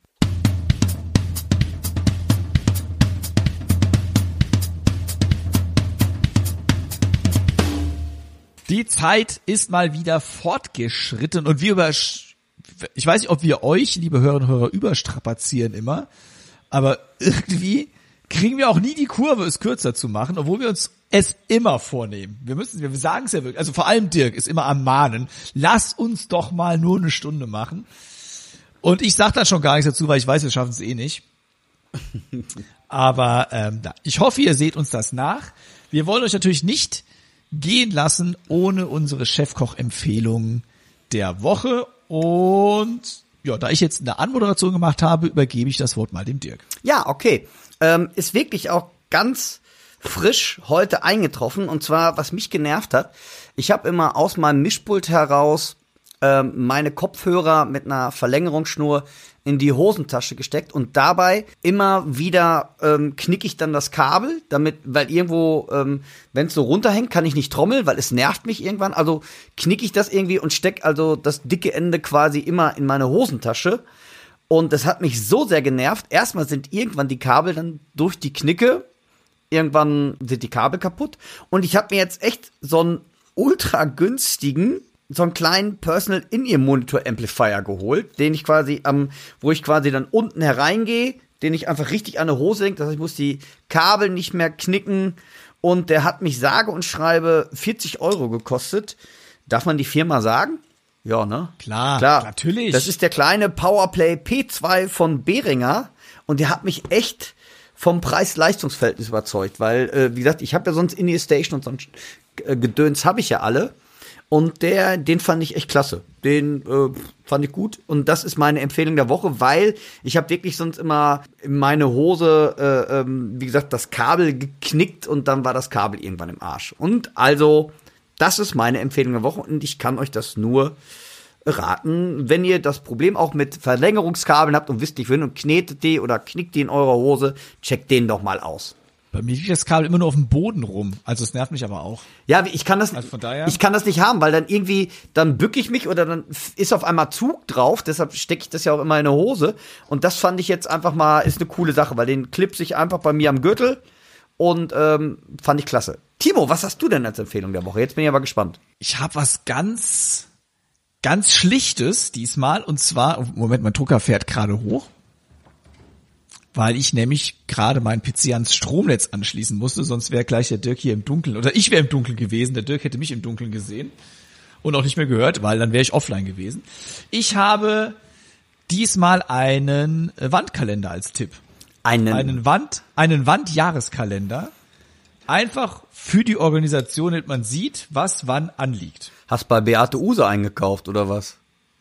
Die Zeit ist mal wieder fortgeschritten und wir über, ich weiß nicht, ob wir euch, liebe Hörerinnen und Hörer, überstrapazieren immer, aber irgendwie kriegen wir auch nie die Kurve, es kürzer zu machen, obwohl wir uns es immer vornehmen. Wir müssen, wir sagen es ja wirklich, also vor allem Dirk ist immer am Mahnen, lass uns doch mal nur eine Stunde machen. Und ich sag dann schon gar nichts dazu, weil ich weiß, wir schaffen es eh nicht. Aber ähm, ich hoffe, ihr seht uns das nach. Wir wollen euch natürlich nicht gehen lassen ohne unsere Chefkoch-Empfehlung der Woche. Und ja, da ich jetzt eine Anmoderation gemacht habe, übergebe ich das Wort mal dem Dirk. Ja, okay. Ähm, ist wirklich auch ganz frisch heute eingetroffen. Und zwar, was mich genervt hat, ich habe immer aus meinem Mischpult heraus ähm, meine Kopfhörer mit einer Verlängerungsschnur in die Hosentasche gesteckt und dabei immer wieder ähm, knicke ich dann das Kabel, damit, weil irgendwo, ähm, wenn es so runterhängt, kann ich nicht trommeln, weil es nervt mich irgendwann. Also knicke ich das irgendwie und steck also das dicke Ende quasi immer in meine Hosentasche. Und das hat mich so sehr genervt. Erstmal sind irgendwann die Kabel dann durch die Knicke, irgendwann sind die Kabel kaputt. Und ich habe mir jetzt echt so einen ultra günstigen, so einen kleinen Personal In-Ear-Monitor Amplifier geholt, den ich quasi am, wo ich quasi dann unten hereingehe, den ich einfach richtig an der Hose hängt, das heißt, ich muss die Kabel nicht mehr knicken und der hat mich sage und schreibe vierzig Euro gekostet. Darf man die Firma sagen? Ja, ne? Klar, Klar, natürlich. Das ist der kleine Powerplay P zwei von Behringer und der hat mich echt vom Preis-Leistungs-Verhältnis überzeugt, weil, äh, wie gesagt, ich habe ja sonst In-Ear Station und sonst äh, Gedöns habe ich ja alle. Und der, den fand ich echt klasse. Den äh, fand ich gut. Und das ist meine Empfehlung der Woche, weil ich habe wirklich sonst immer in meine Hose, äh, ähm, wie gesagt, das Kabel geknickt und dann war das Kabel irgendwann im Arsch. Und also, das ist meine Empfehlung der Woche und ich kann euch das nur raten. Wenn ihr das Problem auch mit Verlängerungskabeln habt und wisst nicht, wohin und knetet die oder knickt die in eurer Hose, checkt den doch mal aus. Bei mir liegt das Kabel immer nur auf dem Boden rum. Also es nervt mich aber auch. Ja, ich kann das, Also von daher- ich kann das nicht haben, weil dann irgendwie, dann bücke ich mich oder dann ist auf einmal Zug drauf, deshalb stecke ich das ja auch immer in eine Hose. Und das fand ich jetzt einfach mal, ist eine coole Sache, weil den klipse ich einfach bei mir am Gürtel und ähm, fand ich klasse. Timo, was hast du denn als Empfehlung der Woche? Jetzt bin ich aber gespannt. Ich habe was ganz, ganz Schlichtes diesmal. Und zwar, Moment, mein Drucker fährt gerade hoch. Weil ich nämlich gerade meinen P C ans Stromnetz anschließen musste, sonst wäre gleich der Dirk hier im Dunkeln, oder ich wäre im Dunkeln gewesen, der Dirk hätte mich im Dunkeln gesehen und auch nicht mehr gehört, weil dann wäre ich offline gewesen. Ich habe diesmal einen Wandkalender als Tipp. Einen, Einen Wand, einen Wandjahreskalender. Einfach für die Organisation, damit man sieht, was wann anliegt. hast bei Beate Use eingekauft oder was?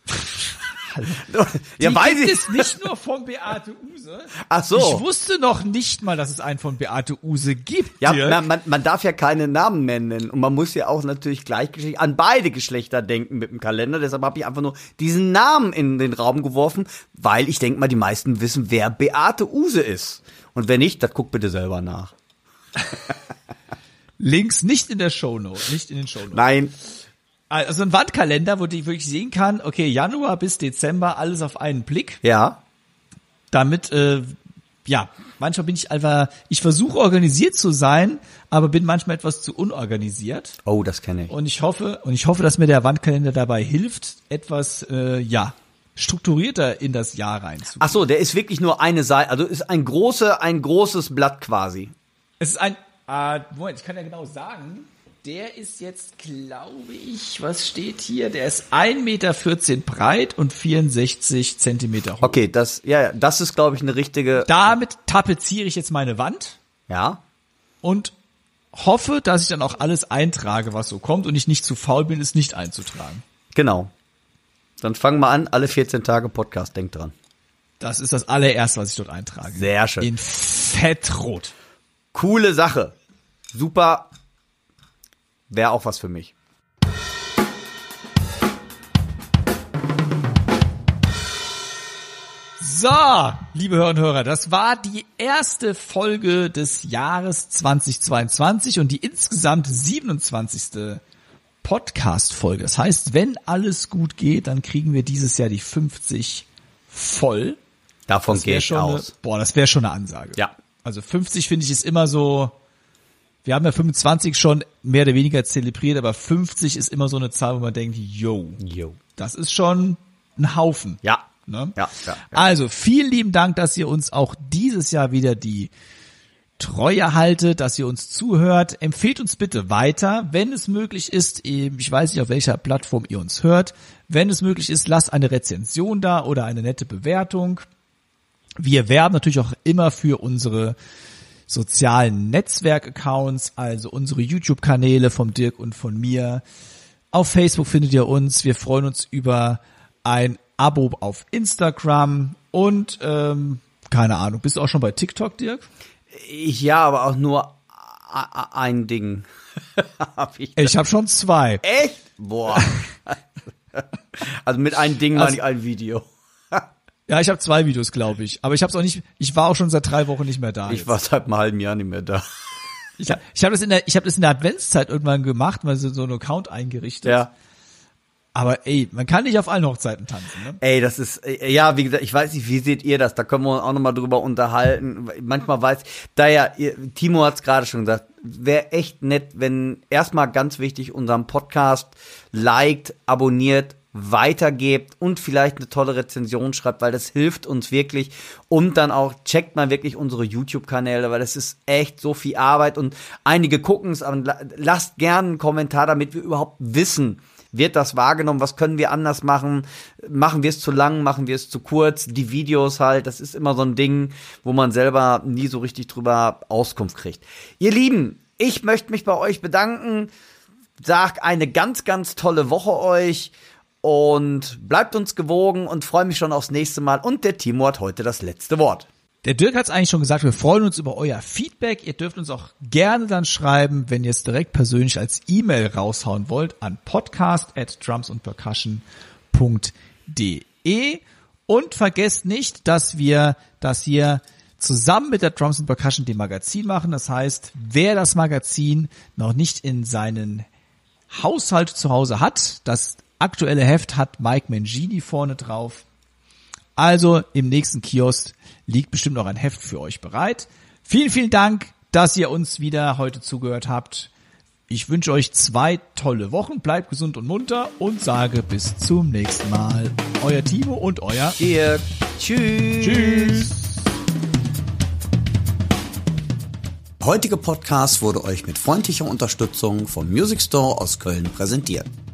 Ja, Die weiß gibt ich. es nicht nur von Beate Use. Ach so. Ich wusste noch nicht mal, dass es einen von Beate Use gibt. Ja, Dirk. man, man, man darf ja keine Namen mehr nennen und man muss ja auch natürlich gleichgeschlechtlich an beide Geschlechter denken mit dem Kalender. Deshalb habe ich einfach nur diesen Namen in den Raum geworfen, weil ich denke mal, die meisten wissen, wer Beate Use ist. Und wenn nicht, dann guck bitte selber nach. Links nicht in der Shownote, nicht in den Shownotes. Nein. Also ein Wandkalender, wo ich wirklich sehen kann, okay, Januar bis Dezember, alles auf einen Blick. Ja. Damit, äh, ja, manchmal bin ich einfach, ich versuche organisiert zu sein, aber bin manchmal etwas zu unorganisiert. Oh, das kenne ich. Und ich hoffe, und ich hoffe, dass mir der Wandkalender dabei hilft, etwas, äh, ja, strukturierter in das Jahr reinzugehen. Ach so, der ist wirklich nur eine Seite, also ist ein große, ein großes Blatt quasi. Es ist ein, äh, Moment, ich kann ja genau sagen, der ist jetzt, glaube ich, was steht hier? Der ist ein Meter vierzehn breit und vierundsechzig Zentimeter hoch. Okay, das, ja, ja, das ist, glaube ich, eine richtige. Damit tapeziere ich jetzt meine Wand. Ja. Und hoffe, dass ich dann auch alles eintrage, was so kommt und ich nicht zu faul bin, es nicht einzutragen. Genau. Dann fangen wir an, alle vierzehn Tage Podcast, denkt dran. Das ist das allererste, was ich dort eintrage. Sehr schön. In fettrot. Coole Sache. Super. Wäre auch was für mich. So, liebe Hörer und Hörer, das war die erste Folge des Jahres zweitausendzweiundzwanzig und die insgesamt siebenundzwanzigste Podcast-Folge. Das heißt, wenn alles gut geht, dann kriegen wir dieses Jahr die fünfzig voll. Davon Das gehe wär ich schon aus. Eine, boah, das wäre schon eine Ansage. Ja. Also fünfzig finde ich ist immer so, wir haben ja fünfundzwanzig schon mehr oder weniger zelebriert, aber fünfzig ist immer so eine Zahl, wo man denkt, yo, Jo. das ist schon ein Haufen. Ja. Ne? Ja, ja, ja. Also vielen lieben Dank, dass ihr uns auch dieses Jahr wieder die Treue haltet, dass ihr uns zuhört. Empfehlt uns bitte weiter, wenn es möglich ist. Ich weiß nicht, auf welcher Plattform ihr uns hört. Wenn es möglich ist, lasst eine Rezension da oder eine nette Bewertung. Wir werben natürlich auch immer für unsere sozialen Netzwerk-Accounts, also unsere YouTube-Kanäle vom Dirk und von mir. Auf Facebook findet ihr uns. Wir freuen uns über ein Abo auf Instagram und ähm, keine Ahnung. Bist du auch schon bei TikTok, Dirk? Ich ja, aber auch nur a- a- ein Ding. hab ich Ich habe schon zwei. Echt? Boah. Also mit einem Ding Also- meine ich ein Video. Ja, ich habe zwei Videos, glaube ich. Aber ich habe es auch nicht. Ich war auch schon seit drei Wochen nicht mehr da. Ich jetzt. war seit einem halben Jahr nicht mehr da. Ich, hab- ich habe das in der. Ich habe das in der Adventszeit irgendwann gemacht, mal so, so einen Account eingerichtet. Ja. Aber ey, man kann nicht auf allen Hochzeiten tanzen. Ne? Ey, das ist, äh, ja, wie gesagt, ich weiß nicht, wie seht ihr das? Da können wir uns auch nochmal drüber unterhalten. Manchmal weiß, da ja, ihr, Timo hat's gerade schon gesagt, wäre echt nett, wenn erstmal ganz wichtig unseren Podcast liked, abonniert, weitergebt und vielleicht eine tolle Rezension schreibt, weil das hilft uns wirklich. Und dann auch checkt mal wirklich unsere YouTube-Kanäle, weil das ist echt so viel Arbeit und einige gucken es, aber la- lasst gerne einen Kommentar, damit wir überhaupt wissen, wird das wahrgenommen, was können wir anders machen, machen wir es zu lang, machen wir es zu kurz, die Videos halt, das ist immer so ein Ding, wo man selber nie so richtig drüber Auskunft kriegt. Ihr Lieben, ich möchte mich bei euch bedanken, sag eine ganz, ganz tolle Woche euch und bleibt uns gewogen und freue mich schon aufs nächste Mal und der Timo hat heute das letzte Wort. Der Dirk hat es eigentlich schon gesagt, wir freuen uns über euer Feedback. Ihr dürft uns auch gerne dann schreiben, wenn ihr es direkt persönlich als E-Mail raushauen wollt, an podcast at drumsandpercussion punkt de. Und vergesst nicht, dass wir das hier zusammen mit der Drums and Percussion dem Magazin machen. Das heißt, wer das Magazin noch nicht in seinen Haushalt zu Hause hat, das aktuelle Heft hat Mike Mangini vorne drauf. Also im nächsten Kiosk liegt bestimmt noch ein Heft für euch bereit. Vielen, vielen Dank, dass ihr uns wieder heute zugehört habt. Ich wünsche euch zwei tolle Wochen, bleibt gesund und munter und sage bis zum nächsten Mal. Euer Timo und euer Dirk. Tschüss. Tschüss. Der heutige Podcast wurde euch mit freundlicher Unterstützung vom Music Store aus Köln präsentiert.